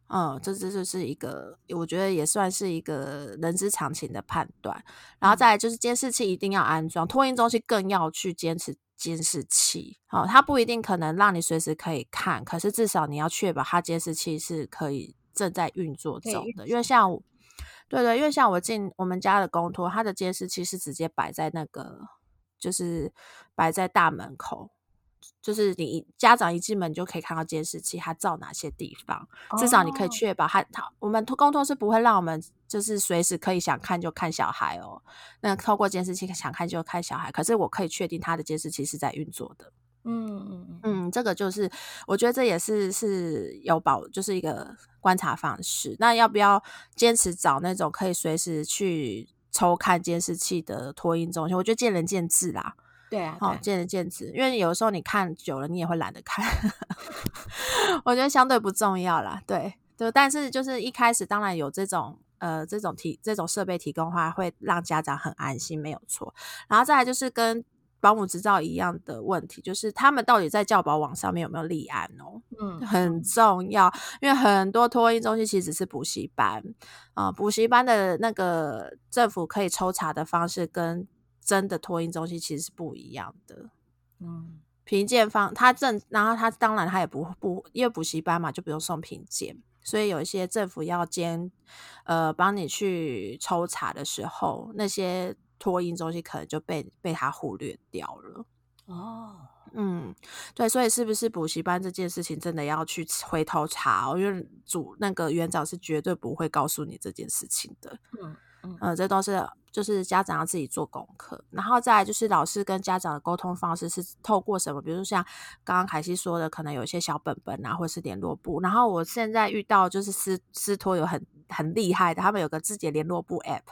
Speaker 1: 嗯，这这就是一个，我觉得也算是一个人之常情的判断。然后再来就是监视器一定要安装，托婴中心更要去坚持监视器。好、哦，它不一定可能让你随时可以看，可是至少你要确保它监视器是可以正在运作中的。因为像我，对对，因为像我进我们家的公托，它的监视器是直接摆在那个，就是摆在大门口。就是你家长一进门就可以看到监视器，它照哪些地方，至少你可以确保它。它我们公托是不会让我们就是随时可以想看就看小孩哦。那透过监视器想看就看小孩，可是我可以确定它的监视器是在运作的。
Speaker 2: 嗯嗯
Speaker 1: 嗯，这个就是我觉得这也是是有保，就是一个观察方式。那要不要坚持找那种可以随时去抽看监视器的托婴中心？我觉得见仁见智啦。
Speaker 2: 对啊，
Speaker 1: 好、哦，见仁见智，因为有时候你看久了，你也会懒得看。我觉得相对不重要啦，对对，但是就是一开始当然有这种呃这种提这种设备提供的话，会让家长很安心，没有错。然后再来就是跟保姆执照一样的问题，就是他们到底在教保网上面有没有立案哦？嗯，很重要，因为很多托婴中心其实是补习班啊，补习班的那个政府可以抽查的方式跟真的托婴中心其实是不一样的。嗯，评鉴方他正，然后他当然他也不不因为补习班嘛，就不用送评鉴，所以有一些政府要监呃帮你去抽查的时候，那些托婴中心可能就被被他忽略掉了。哦，嗯，对，所以是不是补习班这件事情真的要去回头查哦？因为主那个园长是绝对不会告诉你这件事情的。嗯嗯，呃，这都是就是家长要自己做功课，然后再来就是老师跟家长的沟通方式是透过什么？比如说像刚刚凯西说的，可能有一些小本本啊，或是联络簿。然后我现在遇到就是私私托有很很厉害的，他们有个自己的联络簿 app，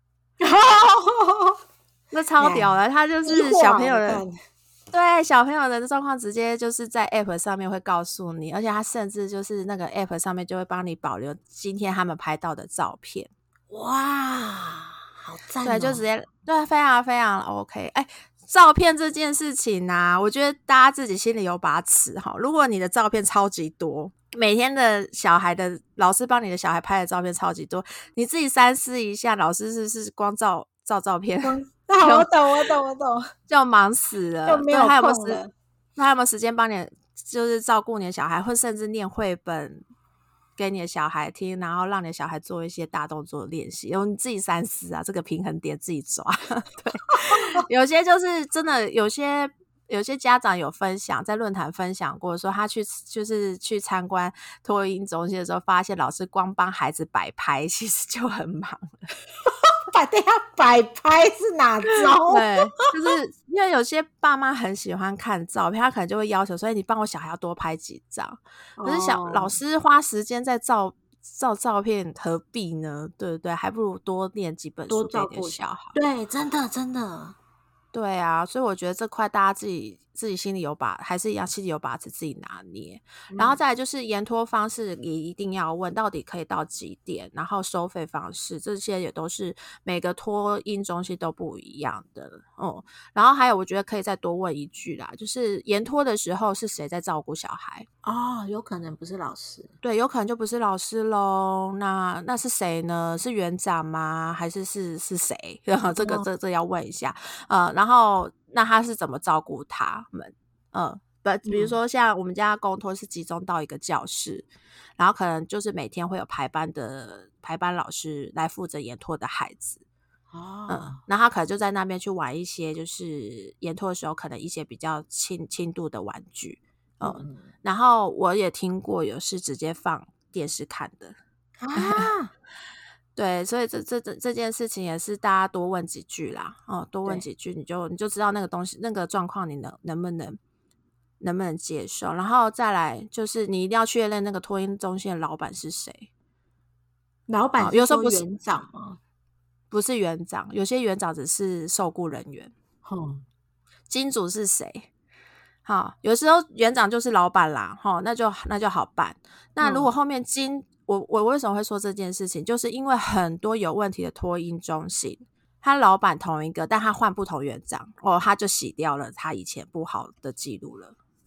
Speaker 1: 那超屌的，他就是小朋友的。对小朋友的状况，直接就是在 app 上面会告诉你，而且他甚至就是那个 app 上面就会帮你保留今天他们拍到的照片。
Speaker 2: 哇，好赞哦！
Speaker 1: 对，就直接对，非常非常 OK。哎，照片这件事情啊，我觉得大家自己心里有把尺哈。如果你的照片超级多，每天的小孩的老师帮你的小孩拍的照片超级多，你自己三思一下，老师是不是光照照照片？
Speaker 2: 那我懂，我懂，我懂，
Speaker 1: 就忙死了，
Speaker 2: 就没有空了。
Speaker 1: 那还有没有时间帮你，就是照顾你的小孩，或甚至念绘本给你的小孩听，然后让你的小孩做一些大动作的练习，然后你自己三思啊，这个平衡点自己抓。对，有些就是真的，有些有些家长有分享，在论坛分享过，说他去就是去参观托婴中心的时候，发现老师光帮孩子摆拍，其实就很忙了。
Speaker 2: 把大家摆拍是哪招？
Speaker 1: 对，就是因为有些爸妈很喜欢看照片，他可能就会要求，所以你帮我小孩要多拍几张。可是小、哦、老师花时间在照照照片，何必呢？对不对？还不如多念几本书给你的小孩。
Speaker 2: 对，真的真的。
Speaker 1: 对啊，所以我觉得这块大家自己自己心里有把，还是一样心里有把持，自己拿捏。嗯、然后再来就是延托方式也一定要问，到底可以到几点，然后收费方式这些也都是每个托婴中心都不一样的。嗯，然后还有我觉得可以再多问一句啦，就是延托的时候是谁在照顾小孩？
Speaker 2: 哦，有可能不是老师。
Speaker 1: 对，有可能就不是老师咯。那那是谁呢？是园长吗？还是是是谁？然后这个这这要问一下。呃，然后那他是怎么照顾他们？嗯，不，比如说像我们家公托是集中到一个教室，然后可能就是每天会有排班的排班老师来负责延托的孩子。哦，嗯，那他可能就在那边去玩一些，就是延托的时候可能一些比较轻轻度的玩具。嗯, 嗯，然后我也听过有是直接放电视看的啊，对，所以这这这这件事情也是大家多问几句啦，哦，多问几句你就你就知道那个东西那个状况你能能不能能不能接受，然后再来就是你一定要确认那个托婴中心的老板是谁，
Speaker 2: 老板是说园长吗？
Speaker 1: 不是园长，有些园长只是受雇人员，嗯，金主是谁？好，有时候园长就是老板啦，齁，那就那就好办。那如果后面金，嗯、我我为什么会说这件事情，就是因为很多有问题的托婴中心，他老板同一个，但他换不同园长，哦，他就洗掉了他以前不好的记录了。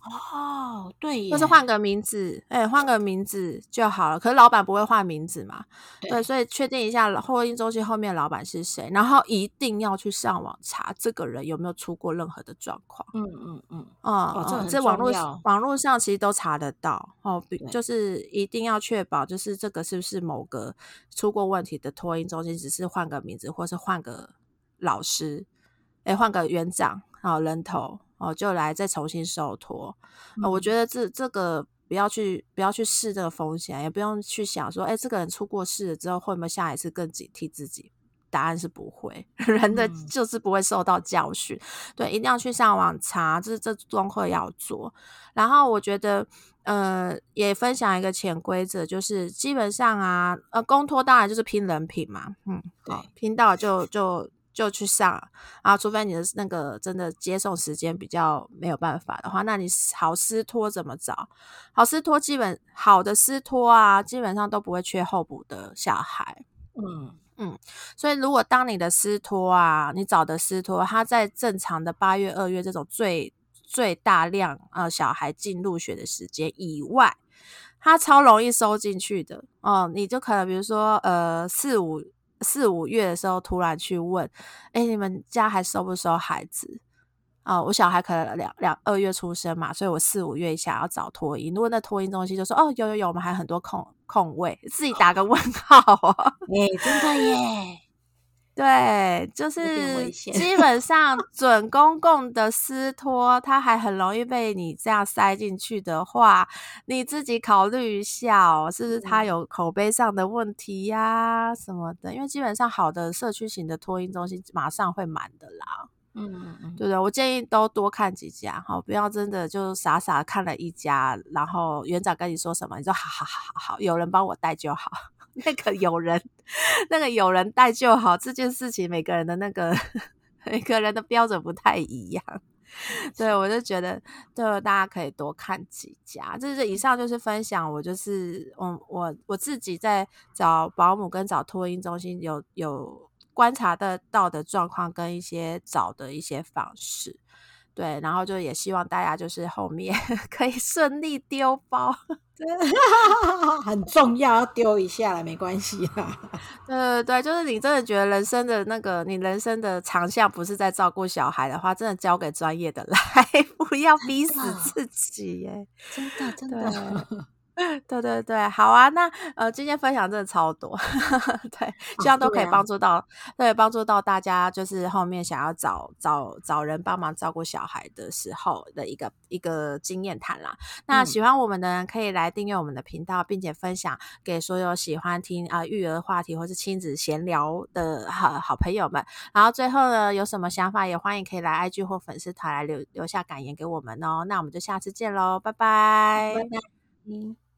Speaker 2: 哦，对耶，
Speaker 1: 或是换个名字，哎、欸，换个名字就好了。可是老板不会换名字嘛？对，对，所以确定一下托婴中心后面的老板是谁，然后一定要去上网查这个人有没有出过任何的状况。
Speaker 2: 嗯嗯嗯，
Speaker 1: 嗯
Speaker 2: 哦，这
Speaker 1: 嗯，
Speaker 2: 很
Speaker 1: 这网络
Speaker 2: 重要，
Speaker 1: 网络上其实都查得到哦，就是一定要确保，就是这个是不是某个出过问题的托婴中心，只是换个名字，或是换个老师，哎，换个园长哦，人头哦，就来再重新受托。
Speaker 2: 嗯
Speaker 1: 呃、我觉得这这个不要去不要去试这个风险，也不用去想说，哎，这个人出过事了之后会不会下一次更警惕自己？答案是不会，人的就是不会受到教训。对，一定要去上网查，这这功课要做。然后我觉得，呃，也分享一个潜规则，就是基本上啊，呃，公托当然就是拼人品嘛，嗯，好，拼到就就就去上啊，除非你的那个真的接送时间比较没有办法的话，那你好私托怎么找？好私托基本好的私托啊，基本上都不会缺候补的小孩。
Speaker 2: 嗯
Speaker 1: 嗯，所以如果当你的私托啊，你找的私托，他在正常的八月、二月这种最最大量呃小孩进入学的时间以外，他超容易收进去的哦。你就可能比如说呃四五四五月的时候突然去问，哎，你们家还收不收孩子？哦，我小孩可能两两二月出生嘛，所以我四五月想要找托婴。如果那托婴中心就说哦有有有，我们还有很多空空位，自己打个问号哦。
Speaker 2: 哎、欸，真的耶。
Speaker 1: 对，就是基本上准公共的私托，它还很容易被你这样塞进去的话，你自己考虑一下哦，是不是它有口碑上的问题呀、啊、什么的？因为基本上好的社区型的托婴中心马上会满的啦。
Speaker 2: 嗯嗯嗯，
Speaker 1: 对不对？我建议都多看几家，好，不要真的就傻傻看了一家，然后园长跟你说什么，你说好好好好好，有人帮我带就好。那个有人，那个有人带就好，这件事情每个人的那个每个人的标准不太一样。对，我就觉得，对，大家可以多看几家。就是以上就是分享，我就是我我我自己在找保姆跟找托婴中心有有观察得到的状况跟一些找的一些方式。对，然后就也希望大家就是后面可以顺利丢包。
Speaker 2: 很重要，要丢一下了，没关系啦。
Speaker 1: 对对对，就是你真的觉得人生的那个，你人生的长项不是在照顾小孩的话，真的交给专业的来，不要逼死自己耶。
Speaker 2: 真的真的。
Speaker 1: 对对对，好啊，那呃，今天分享真的超多，对，希望都可以帮助到，对，帮助到大家，就是后面想要找找找人帮忙照顾小孩的时候的一个一个经验谈啦。那喜欢我们的人可以来订阅我们的频道，并且分享给所有喜欢听啊、呃、育儿话题或是亲子闲聊的好好朋友们。然后最后呢，有什么想法也欢迎可以来 I G 或粉丝团来留留下感言给我们哦。那我们就下次见喽，拜拜，
Speaker 2: 拜拜。嗯。